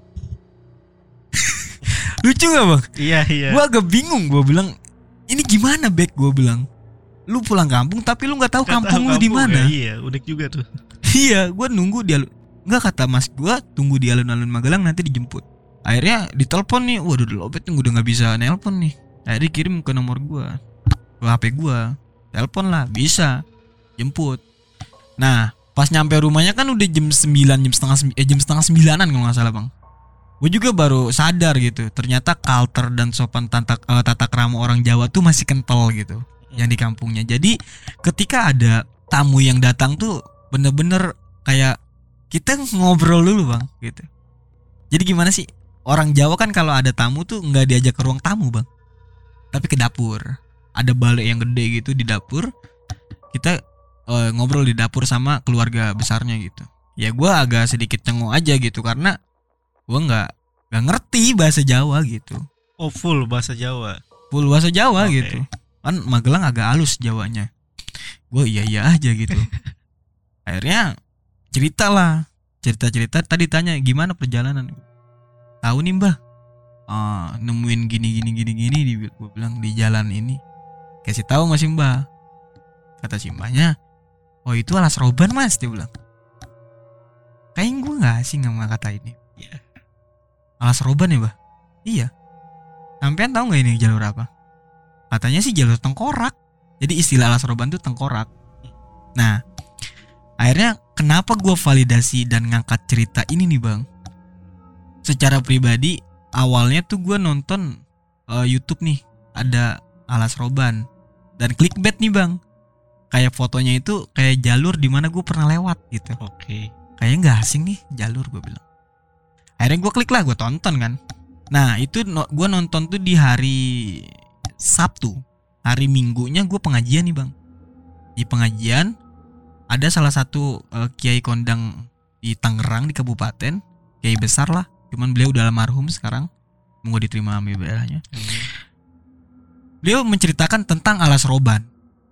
Lucu gak bang? Iya iya. Gue agak bingung. Gue bilang ini gimana Bek? Gue bilang lu pulang kampung tapi lu nggak tahu gak kampung tahu lu di mana? Ya, iya unik juga tuh. Iya gue nunggu dia. Nggak kata mas gue tunggu di alun-alun Magelang nanti dijemput. Akhirnya ditelepon nih. Waduh udah lobet nih udah nggak bisa nelpon nih. Akhirnya kirim ke nomor gue, ke H P gue. Telepon lah bisa jemput. Nah pas nyampe rumahnya kan udah jam sembilan, jam setengah eh, jam setengah sembilanan kalau nggak salah bang. Gue juga baru sadar gitu. Ternyata culture dan sopan tata, uh, tata krama orang Jawa tuh masih kental gitu yang di kampungnya. Jadi ketika ada tamu yang datang tuh bener-bener kayak kita ngobrol dulu bang gitu. Jadi gimana sih orang Jawa kan kalau ada tamu tuh nggak diajak ke ruang tamu bang, tapi ke dapur. Ada balai yang gede gitu di dapur. Kita uh, ngobrol di dapur sama keluarga besarnya gitu. Ya gue agak sedikit cengok aja gitu karena gue nggak nggak ngerti bahasa Jawa gitu. Oh full bahasa Jawa. Full bahasa Jawa okay. gitu. Kan Magelang agak halus Jawanya. Gue iya iya aja gitu. Akhirnya cerita lah, cerita-cerita. Tadi tanya gimana perjalanan. Tahu nih mbah, uh, nemuin gini gini gini gini. Gue bilang di jalan ini. Kasih tahu masih mbah. Kata si mbahnya, oh itu alas roban mas, dia bilang. Kayaknya gue nggak asing sama kata ini. Yeah. Alas roban ya bah? Iya. Sampean tahu nggak ini jalur apa? Katanya sih jalur tengkorak. Jadi istilah Alas Roban tuh tengkorak. Nah, akhirnya kenapa gue validasi dan ngangkat cerita ini nih bang? Secara pribadi awalnya tuh gue nonton uh, YouTube nih, ada Alas Roban dan clickbait nih bang. Kayak fotonya itu kayak jalur di mana gue pernah lewat gitu. Oke. Okay. Kayaknya nggak asing nih jalur, gue bilang. Akhirnya gue klik lah, gue tonton kan. Nah itu no, gue nonton tuh di hari Sabtu. Hari Minggunya gue pengajian nih bang. Di pengajian ada salah satu uh, kiai kondang di Tangerang, di kabupaten, kiai besar lah. Cuman beliau udah almarhum sekarang. Moga diterima amin ibadahnya. Hmm. Beliau menceritakan tentang Alas Roban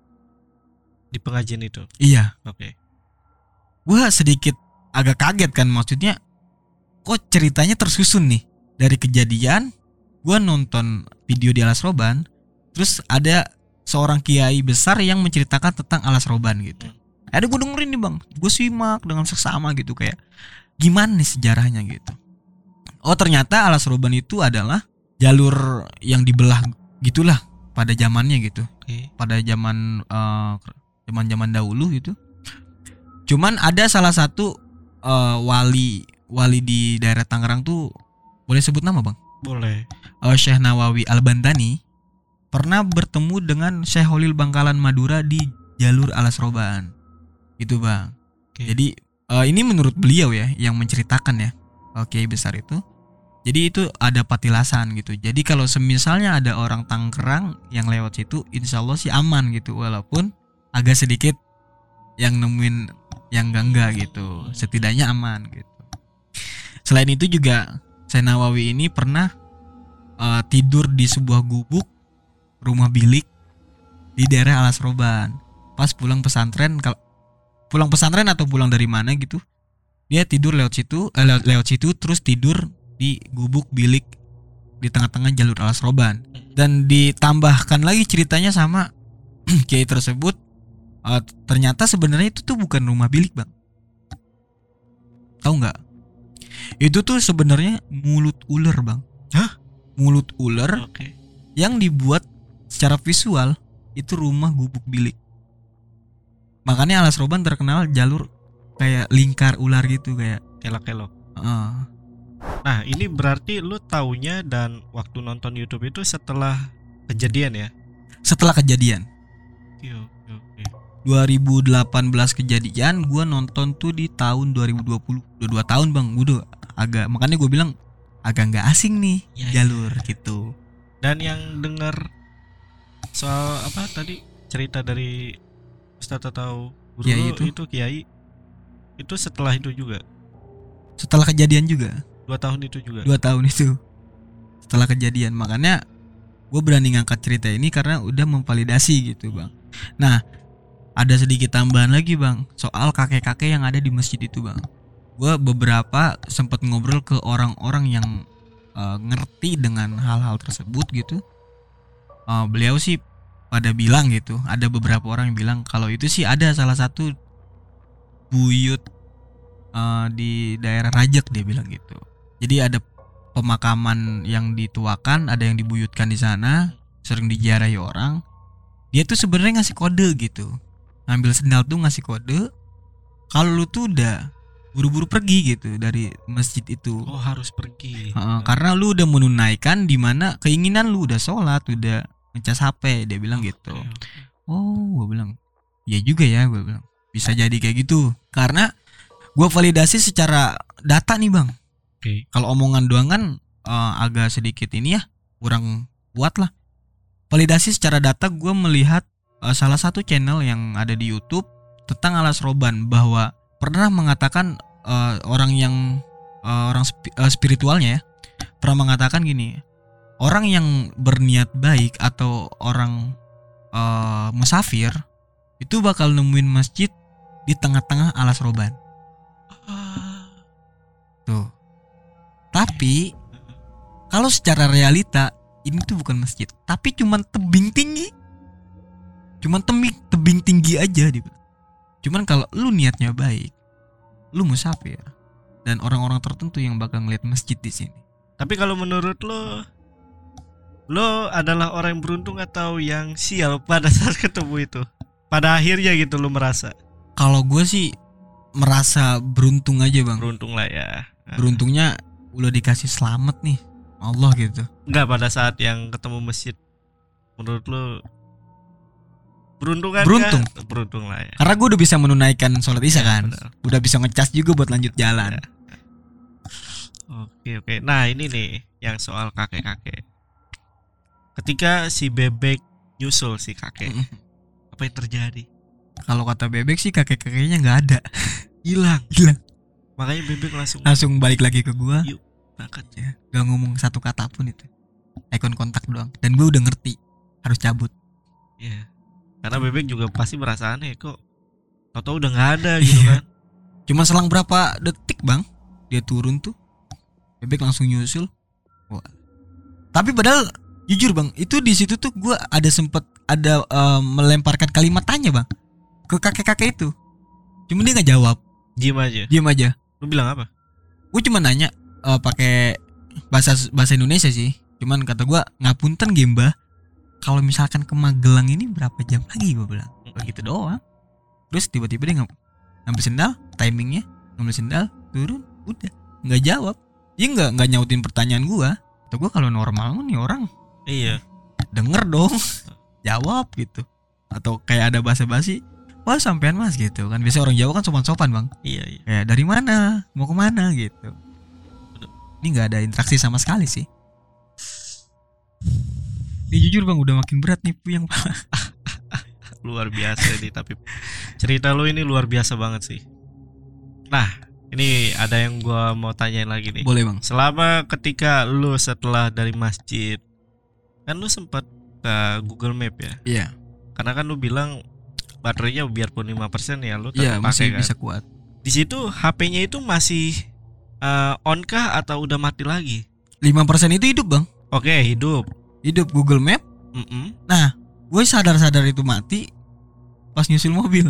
di pengajian itu. Iya. Oke. Okay. Gue sedikit agak kaget kan, maksudnya kok ceritanya tersusun nih dari kejadian. Gue nonton video di Alas Roban, terus ada seorang kiai besar yang menceritakan tentang Alas Roban gitu. Hmm. Ada gue dengerin nih bang, gue simak dengan seksama gitu, kayak gimana nih sejarahnya gitu. Oh ternyata Alas Roban itu adalah jalur yang dibelah gitulah pada zamannya gitu. Okay. Pada zaman uh, zaman-zaman dahulu gitu. Cuman ada salah satu uh, wali wali di daerah Tangerang tuh, boleh sebut nama bang? Boleh. Uh, Syekh Nawawi Al-Bantani pernah bertemu dengan Syekh Holil Bangkalan Madura di jalur Alas Roban. Gitu bang. Okay. Jadi uh, ini menurut beliau ya yang menceritakan ya, oke okay, besar itu. Jadi itu ada patilasan gitu. Jadi kalau semisalnya ada orang Tangerang yang lewat situ, insya Allah sih aman gitu. Walaupun agak sedikit yang nemuin yang enggak gitu, setidaknya aman gitu. Selain itu juga Syekh Nawawi ini pernah uh, tidur di sebuah gubuk rumah bilik di daerah Alas Roban. Pas pulang pesantren, kalau pulang pesantren atau pulang dari mana gitu, dia tidur lewat situ, eh, lewat, lewat situ terus tidur di gubuk bilik di tengah-tengah jalur Alas Roban. Dan ditambahkan lagi ceritanya sama kiai tersebut, uh, ternyata sebenarnya itu tuh bukan rumah bilik bang. Tahu nggak? Itu tuh sebenarnya mulut ular bang. Hah? Mulut ular. Okay. Yang dibuat secara visual itu rumah gubuk bilik. Makanya Alas Roban terkenal jalur kayak lingkar ular gitu, kayak kelok-kelok. Uh. Nah ini berarti lu taunya dan waktu nonton YouTube itu setelah kejadian ya? Setelah kejadian. Oke, oke, oke. dua ribu delapan belas kejadian, gue nonton tuh di tahun dua ribu dua puluh. Udah dua tahun bang, udah agak, makanya gue bilang agak nggak asing nih ya, jalur ya. Gitu. Dan yang dengar soal apa tadi cerita dari Ustadz atau guru Kiai itu? itu Kiai itu setelah itu juga? Setelah kejadian juga. Dua tahun itu juga. Dua tahun itu setelah kejadian. Makanya gue berani ngangkat cerita ini karena udah memvalidasi gitu bang. Nah ada sedikit tambahan lagi bang soal kakek-kakek yang ada di masjid itu bang. Gue beberapa sempat ngobrol ke orang-orang yang uh, ngerti dengan hal-hal tersebut gitu. uh, Beliau sih pada bilang gitu, ada beberapa orang yang bilang kalau itu sih ada salah satu buyut uh, di daerah Rajek, dia bilang gitu. Jadi ada pemakaman yang dituakan, ada yang dibuyutkan di sana, sering diziarahi orang. Dia tuh sebenarnya ngasih kode gitu, ngambil sendal tuh ngasih kode, kalau lu tuh udah buru-buru pergi gitu dari masjid itu. Oh harus pergi. Uh, karena lu udah menunaikan di mana keinginan lu, udah sholat, udah ngecas H P, dia bilang oh, gitu. Okay, okay. Oh, gue bilang, iya juga ya, gue bilang bisa jadi kayak gitu. Karena gue validasi secara data nih bang. Okay. Kalau omongan doang kan uh, agak sedikit ini ya, kurang kuat lah. Validasi secara data, gue melihat uh, salah satu channel yang ada di YouTube tentang Alas Roban, bahwa pernah mengatakan uh, orang yang uh, orang sp- uh, spiritualnya ya, pernah mengatakan gini, orang yang berniat baik atau orang uh, musafir itu bakal nemuin masjid di tengah-tengah Alas Roban. Tuh. Tapi kalau secara realita ini tuh bukan masjid, tapi cuman tebing tinggi. Cuman tebing tebing tinggi aja gitu. Cuman kalau lu niatnya baik, lu musafir, dan orang-orang tertentu yang bakal ngeliat masjid di sini. Tapi kalau menurut lo lo adalah orang yang beruntung atau yang sial pada saat ketemu itu? Pada akhirnya gitu lo merasa? Kalau gue sih merasa beruntung aja bang. Beruntung lah ya. Beruntungnya udah dikasih selamat nih Allah gitu. Enggak pada saat yang ketemu masjid, menurut lo beruntung kan? Beruntung. Gak? Beruntung lah ya. Karena gue udah bisa menunaikan sholat isya Ya, kan. benar. Udah bisa ngecas juga buat lanjut jalan. Ya. Oke oke. Nah ini nih yang soal kakek-kakek. Ketika si bebek nyusul si kakek, apa yang terjadi? Kalau kata bebek sih kakek-kakeknya nggak ada. Hilang. Hilang. Makanya bebek langsung Langsung balik lagi ke gua. Yuk, berangkat. Ya, gak ngomong satu kata pun itu. Icon kontak doang. Dan gue udah ngerti harus cabut. Iya. Karena bebek juga pasti merasa aneh kok. Tau-tau udah nggak ada gitu kan. Cuma selang berapa detik bang, dia turun tuh, bebek langsung nyusul. Wah. Tapi padahal jujur bang, itu di situ tuh gue ada sempet ada uh, melemparkan kalimat tanya bang ke kakek-kakek itu. Cuma dia nggak jawab. Diem aja. Diem aja. Lu bilang apa? Gue cuma nanya uh, pakai bahasa bahasa Indonesia sih. Cuman kata gue ngapunten Gemba, kalau misalkan ke Magelang ini berapa jam lagi gue bilang. Begitu doang. Terus tiba-tiba dia ng- ngambil sendal, timingnya ngambil sendal, turun, udah nggak jawab. Dia nggak nggak nyautin pertanyaan gue. Kata gue kalau normal nih orang Iya. denger dong, jawab gitu. Atau kayak ada basa-basi, wah sampean mas gitu kan. Biasa orang Jawa kan sopan-sopan bang. Iya iya. Kayak dari mana, mau kemana gitu. Ini nggak ada interaksi sama sekali sih. Ini jujur bang udah makin berat nih puyeng. Luar biasa nih tapi cerita lu ini luar biasa banget sih. Nah ini ada yang gua mau tanyain lagi nih. Boleh bang. Selama ketika lu setelah dari masjid, kan lu sempat ke Google Map ya? Iya. Karena kan lu bilang baterainya biarpun lima persen ya lu Iya tetap masih pakai kan. bisa kuat. Di situ H P-nya itu masih uh, on kah atau udah mati lagi? lima persen itu hidup bang. Oke, hidup. Hidup Google Map. Mm-mm. Nah, gue sadar-sadar itu mati pas nyusul mobil.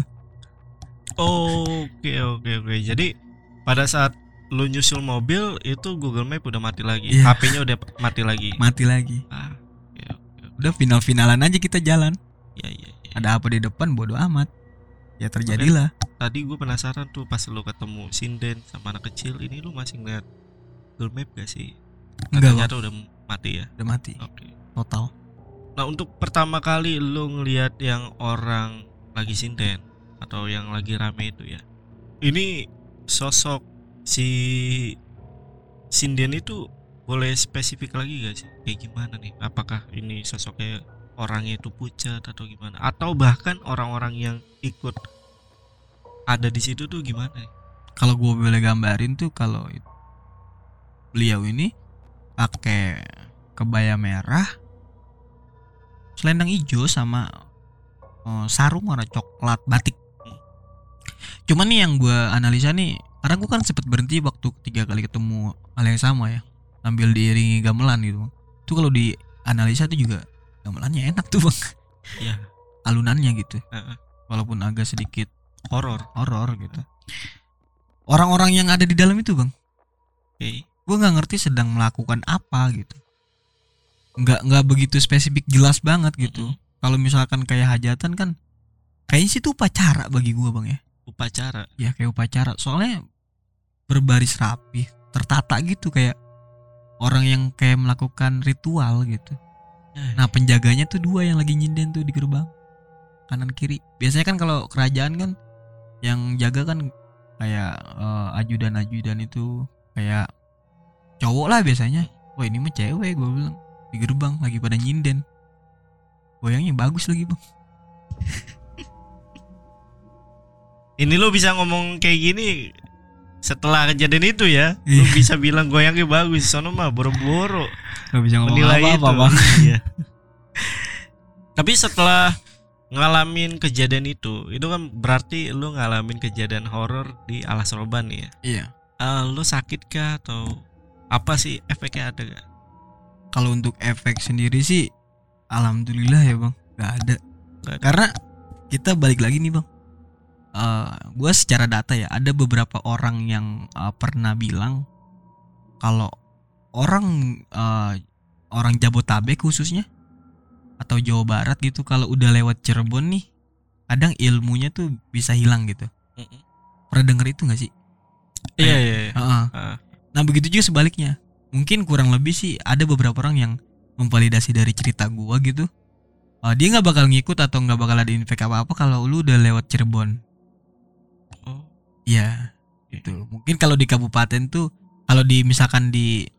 Oke oke oke. Jadi pada saat lu nyusul mobil itu Google Map udah mati lagi. Iya. H P-nya udah mati lagi. Mati lagi. Ah, oke, oke, oke. Udah final-finalan aja kita jalan. Ya, ya, ya. Ada apa di depan bodo amat. Ya terjadilah. Tadi gue penasaran tuh pas lu ketemu sinden sama anak kecil ini lu masih ngeliat Google Map gak sih? Enggak bang. Ternyata udah mati ya. Udah mati. Oke. Total. Nah untuk pertama kali lu ngelihat yang orang lagi sinden atau yang lagi rame itu ya, ini sosok si sinden itu boleh spesifik lagi gak sih? Kayak gimana nih? Apakah ini sosoknya orangnya itu pucat atau gimana? Atau bahkan orang-orang yang ikut ada di situ tuh gimana? Kalau gue boleh gambarin tuh kalau itu, beliau ini pakai kebaya merah, selendang hijau sama uh, sarung warna coklat batik. Cuman nih yang gue analisa nih, karena gue kan sempet berhenti waktu tiga kali ketemu hal yang sama ya, sambil diiringi gamelan gitu. Tuh kalau di analisa tuh juga gamelannya enak tuh bang. Iya. Alunannya gitu. Uh-uh. Walaupun agak sedikit Horor. horor gitu. Orang-orang yang ada di dalam itu bang, Oke. gue nggak ngerti sedang melakukan apa gitu. Nggak nggak begitu spesifik jelas banget gitu. Mm-mm. Kalau misalkan kayak hajatan kan, kayaknya sih itu upacara bagi gue bang ya. Upacara. Ya kayak upacara. Soalnya berbaris rapi, tertata gitu kayak orang yang kayak melakukan ritual gitu. Nah penjaganya tuh dua yang lagi nyinden tuh di gerbang, kanan kiri. Biasanya kan kalau kerajaan kan yang jaga kan kayak uh, ajudan-ajudan itu kayak cowok lah biasanya. Wah ini mah cewek gue bilang, di gerbang lagi pada nyinden. Goyangnya bagus lagi bang. Ini lo bisa ngomong kayak gini setelah kejadian itu ya. Lo bisa bilang goyangnya bagus. Sono mah boro-boro. Gak bisa ngomong Menilai apa-apa itu. bang. Iya. Tapi setelah ngalamin kejadian itu, itu kan berarti lo ngalamin kejadian horor di Alas Roban ya. Iya. Uh, lo sakit kah atau apa sih efeknya ada gak? Kalau untuk efek sendiri sih, alhamdulillah ya bang, nggak ada. Gak ada. Karena kita balik lagi nih bang. Uh, gue secara data ya, ada beberapa orang yang uh, pernah bilang kalau orang uh, orang Jabotabek khususnya atau Jawa Barat gitu, kalau udah lewat Cirebon nih kadang ilmunya tuh bisa hilang gitu. Mm-mm. Pernah denger itu gak sih? Iya iya. iya. Uh-uh. Uh. Nah begitu juga sebaliknya. Mungkin kurang lebih sih ada beberapa orang yang memvalidasi dari cerita gua gitu. Uh, dia nggak bakal ngikut atau nggak bakal ada infek apa-apa kalau lu udah lewat Cirebon. Oh. Iya. Gitu. Mungkin kalau di kabupaten tuh, kalau di misalkan di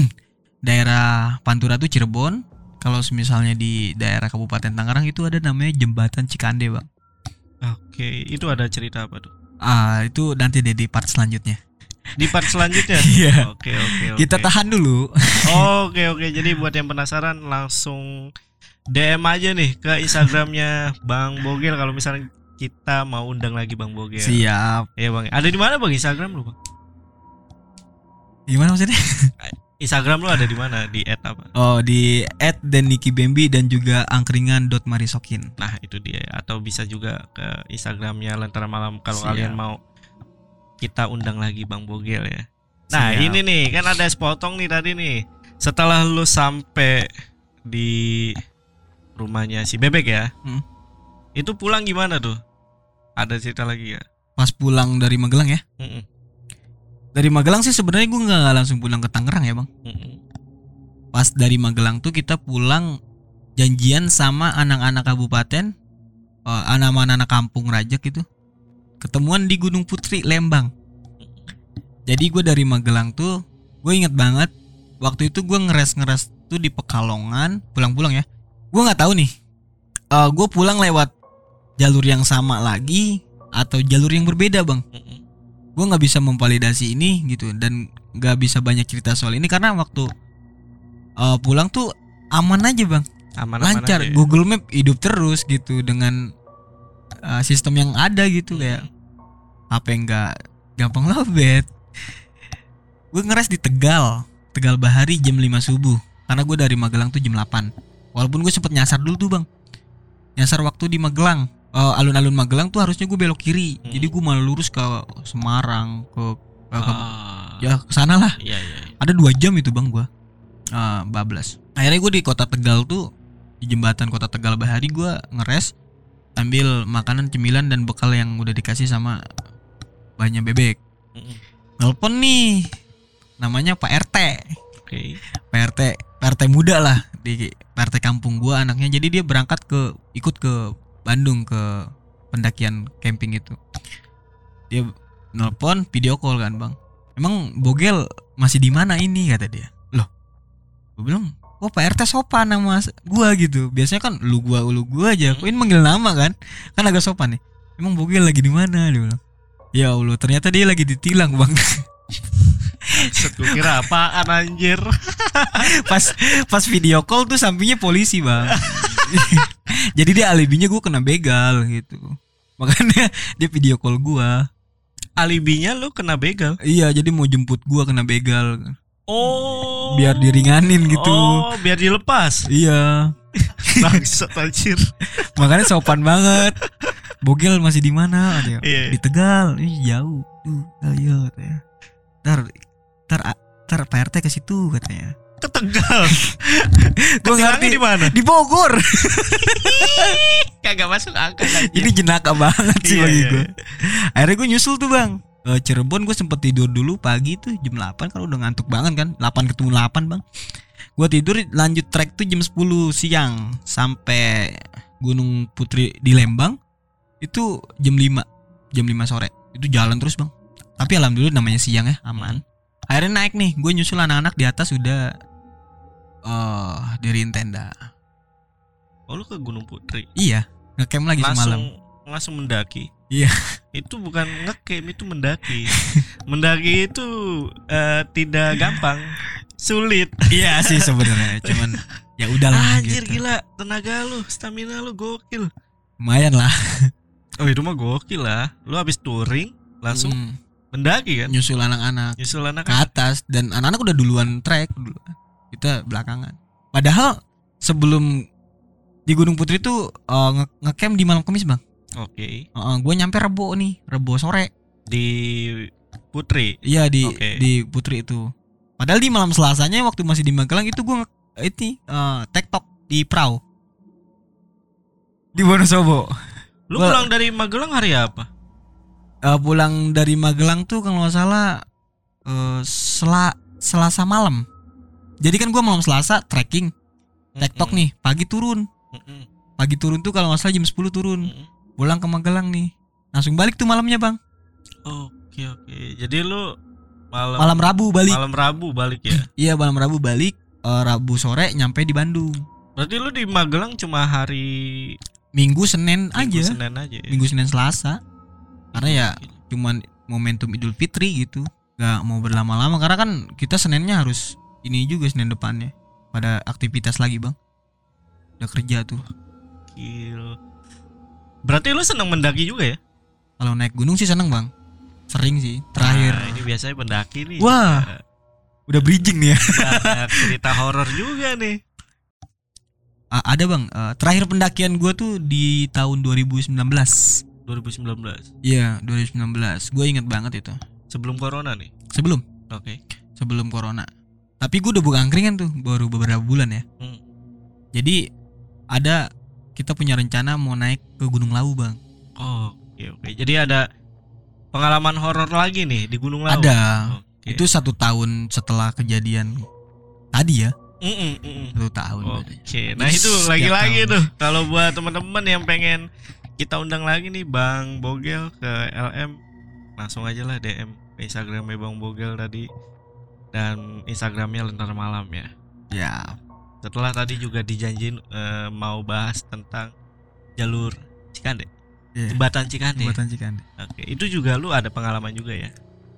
daerah Pantura tuh Cirebon. Kalau misalnya di daerah Kabupaten Tangerang itu ada namanya Jembatan Cikande, Bang. Oke, itu ada cerita apa tuh? Ah, itu nanti deh di part selanjutnya. Di part selanjutnya? Iya. Oke, oke, oke. Kita tahan dulu. Oke, oke. Jadi buat yang penasaran langsung D M aja nih ke Instagramnya Bang Bogel kalau misalnya kita mau undang lagi Bang Bogel. Siap. Iya, Bang. Ada di mana Bang Instagram lu, Bang? Gimana maksudnya? Instagram lu ada di mana? Di at apa? Oh, di et dennikibembi dan juga angkringan dot marisokin. Nah, itu dia. Atau bisa juga ke Instagramnya Lentera Malam kalau Siap. kalian mau kita undang lagi Bang Bogel ya. Nah, Siap. ini nih kan ada sepotong nih tadi nih. Setelah lu sampai di rumahnya si Bebek ya, Hmm. itu pulang gimana tuh? Ada cerita lagi ya? Pas pulang dari Magelang ya. Mm-mm. Dari Magelang sih sebenarnya gue nggak langsung pulang ke Tangerang ya, Bang. Mm-mm. Pas dari Magelang tuh kita pulang janjian sama anak-anak kabupaten, uh, anak-anak kampung Rajak gitu. Ketemuan di Gunung Putri, Lembang. Jadi gue dari Magelang tuh, gue inget banget waktu itu gue ngeres-ngeres tuh di Pekalongan, pulang-pulang ya. Gue nggak tahu nih, uh, gue pulang lewat jalur yang sama lagi atau jalur yang berbeda, Bang. Mm-mm. Gue nggak bisa memvalidasi ini gitu dan nggak bisa banyak cerita soal ini karena waktu uh, pulang tuh aman aja, Bang. Aman-aman Lancar. aja ya? Google Map hidup terus gitu dengan uh, sistem yang ada gitu, kayak H P nggak gampang lowbat. Gue ngeres di Tegal, Tegal Bahari jam lima subuh karena gue dari Magelang tuh jam delapan. Walaupun gue sempet nyasar dulu tuh, Bang. Nyasar waktu di Magelang. Uh, alun-alun Magelang tuh harusnya gue belok kiri. Hmm. Jadi gue malah lurus ke Semarang, ke, ke, ke Ah, ya kesana lah. iya iya. iya. Ada dua jam itu, Bang, gue uh, bablas. Akhirnya gue di kota Tegal tuh, di jembatan kota Tegal Bahari gue ngeres ambil makanan, cemilan dan bekal yang udah dikasih sama banyak Bebek. Mm-mm. Nelpon nih, namanya Pak R T. Oke. Pak R T, Pak R T muda lah di Pak R T kampung gua anaknya. Jadi dia berangkat ke ikut ke Bandung ke pendakian camping itu. Dia nelpon video call kan, Bang. Emang Bogel masih di mana ini, kata dia. Loh, gua bilang, oh Pak R T sopan nama gua gitu. Biasanya kan lu gua lu gua aja. Kok ini manggil nama kan? Kan agak sopan nih. Emang Bogel lagi di mana, dia bilang. Ya Allah, ternyata dia lagi ditilang, Bang. Set, gua kira apaan anjir. pas pas video call tuh sampingnya polisi, Bang. Jadi dia alibinya gue kena begal gitu. Makanya dia video call gue. Alibinya lu kena begal. Iya, jadi mau jemput gue kena begal. Oh. Biar diringanin gitu. Oh, biar dilepas. Iya. Bangsat anjir. Makanya sopan banget. Bogel masih di mana? Dia, Iya. di Tegal. Ih, jauh. Tuh, ayo katanya. Ntar ntar ntar Pak R T ke situ katanya. Ke Tegal. Gue ngerti di mana? Di Bogor. Kagak masuk akal aja. Ini jenaka banget sih Iya, bagi iya, gue. iya. Akhirnya gue nyusul tuh, Bang. Ke Cirebon gue sempet tidur dulu pagi tuh jam delapan kan udah ngantuk banget kan. delapan ketemu delapan, Bang. Gue tidur lanjut trek tuh jam sepuluh siang sampai Gunung Putri di Lembang. Itu jam lima. Jam lima sore. Itu jalan terus, Bang. Tapi alhamdulillah namanya siang ya, aman. Akhirnya naik nih, gue nyusul anak-anak di atas udah uh, diriin tenda. Oh, lu ke Gunung Putri. Iya, ngecamp lagi Langsung semalam. langsung mendaki. Iya. Itu bukan ngecamp, itu mendaki. Mendaki itu eh, tidak gampang, sulit. Iya sih sebenarnya, cuman ya udahlah Anjir gitu. gila, tenaga lu, stamina lu gokil. Lumayan lah. Oh, itu mah gokil lah. Lu habis touring langsung Mm, mendaki kan? nyusul anak-anak Nyusul anak. ke atas dan anak-anak udah duluan trek dulu. Kita belakangan. Padahal sebelum di Gunung Putri tuh uh, nge- ngecamp di malam Kamis, Bang. Oke. Uh, gue nyampe Rebo nih, Rebo sore. Di Putri. Iya di Oke. di Putri itu. Padahal di malam Selasanya waktu masih di Magelang itu gue nge- Ini eh, TikTok di Prau. Di Wonosobo. Lu Gua- pulang dari Magelang hari apa? Eh, pulang dari Magelang tuh kalau nggak salah eh, sela, Selasa malam. Jadi kan gua malam Selasa trekking TikTok Mm-mm. nih, pagi turun. Mm-mm. Pagi turun tuh kalau nggak salah jam sepuluh turun. Mm-mm. Pulang ke Magelang nih. Langsung balik tuh malamnya, Bang. Oke oke. Jadi lu malam Malam Rabu balik. malam Rabu balik ya. Iya, malam Rabu balik. eh, Rabu sore nyampe di Bandung. Berarti lu di Magelang cuma hari Minggu Senin Minggu aja. Senin aja. Ya? Minggu Senin Selasa. Karena ya Gila. cuman momentum Idul Fitri gitu. Gak mau berlama-lama karena kan kita Seninnya harus ini juga Senin depannya. Pada aktivitas lagi, Bang. Udah kerja tuh. Gila. Berarti lu seneng mendaki juga ya? Kalau naik gunung sih seneng, Bang. Sering sih. Terakhir. Nah, ini biasanya pendaki nih. Wah. juga Udah bridging nih ya. banyak cerita horor juga nih. A- ada, Bang. Eh, terakhir pendakian gue tuh di tahun dua ribu sembilan belas. dua ribu sembilan belas. Iya, dua ribu sembilan belas. Gue inget banget itu. Sebelum corona nih. Sebelum, Oke. sebelum corona. Tapi gue udah buka angkringan tuh baru beberapa bulan ya. Hmm. Jadi ada kita punya rencana mau naik ke Gunung Lawu, Bang. Oh, oke oke. Jadi ada pengalaman horor lagi nih di Gunung Lawu. Ada. Oke. Itu satu tahun setelah kejadian tadi ya. Mm-mm, mm-mm. Satu tahun. Oke, nah Jadi itu setiap lagi-lagi tahun. tuh kalau buat teman-teman yang pengen kita undang lagi nih Bang Bogel ke L M, langsung aja lah D M ke Instagramnya Bang Bogel tadi dan Instagramnya Lentera Malam ya. Ya. Setelah tadi juga dijanjin eh, mau bahas tentang jalur Cikande, Iya. jembatan Cikande. Jembatan Cikande. Oke, itu juga lu ada pengalaman juga ya?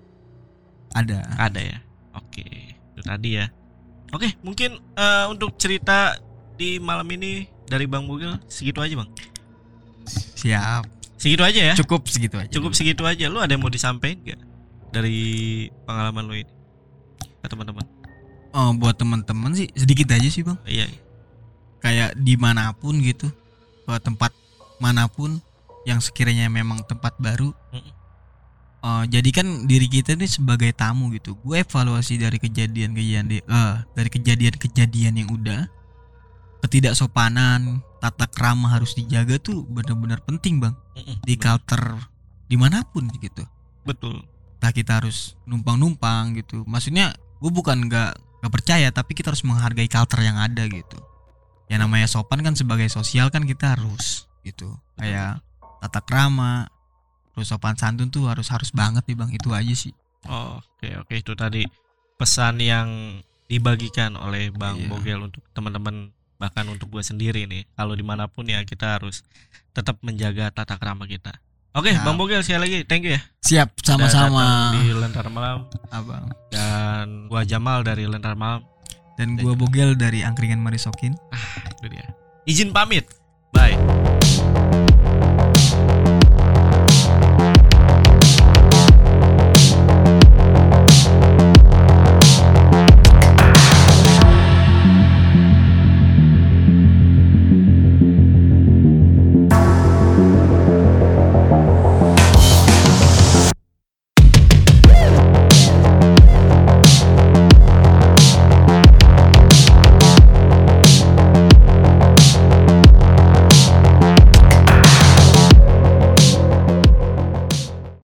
Ada. Ada ya. Oke, itu tadi ya. Oke, mungkin eh, untuk cerita di malam ini dari Bang Bogel segitu aja Bang. Siap. Segitu aja ya. Cukup segitu aja. Cukup segitu aja. Lu ada yang mau disampaikan gak dari pengalaman lu ini ke teman-teman? Oh, buat teman-teman sih sedikit aja sih, Bang. Iya. Kayak dimanapun gitu, ke tempat manapun yang sekiranya memang tempat baru. Mm-mm. Eh, jadikan diri kita ini sebagai tamu gitu. Gue evaluasi dari kejadian-kejadian di- eh, dari kejadian-kejadian yang udah, ketidaksopanan, tata krama harus dijaga tuh benar-benar penting, Bang. Mm-mm. Di culture dimanapun gitu. Betul. Entah kita harus numpang-numpang gitu. Maksudnya gue bukan nggak nggak percaya, tapi kita harus menghargai culture yang ada gitu. Yang namanya sopan kan sebagai sosial kan kita harus gitu. Kayak tata krama, terus sopan santun tuh harus harus banget nih, Bang. Itu aja sih. Oh, oke oke itu tadi pesan yang dibagikan oleh Bang Iya. Bogel untuk teman-teman, bahkan untuk gue sendiri nih. Kalau dimanapun ya kita harus tetap menjaga tata krama kita. Oke, Siap. Bang Bogel sekali lagi thank you ya. Siap, Udah sama-sama, datang di Lentera Malam Abang. dan gua Jamal dari Lentera Malam. Dan gua Bogel dari Angkringan Marisokin. Itu dia. Izin pamit.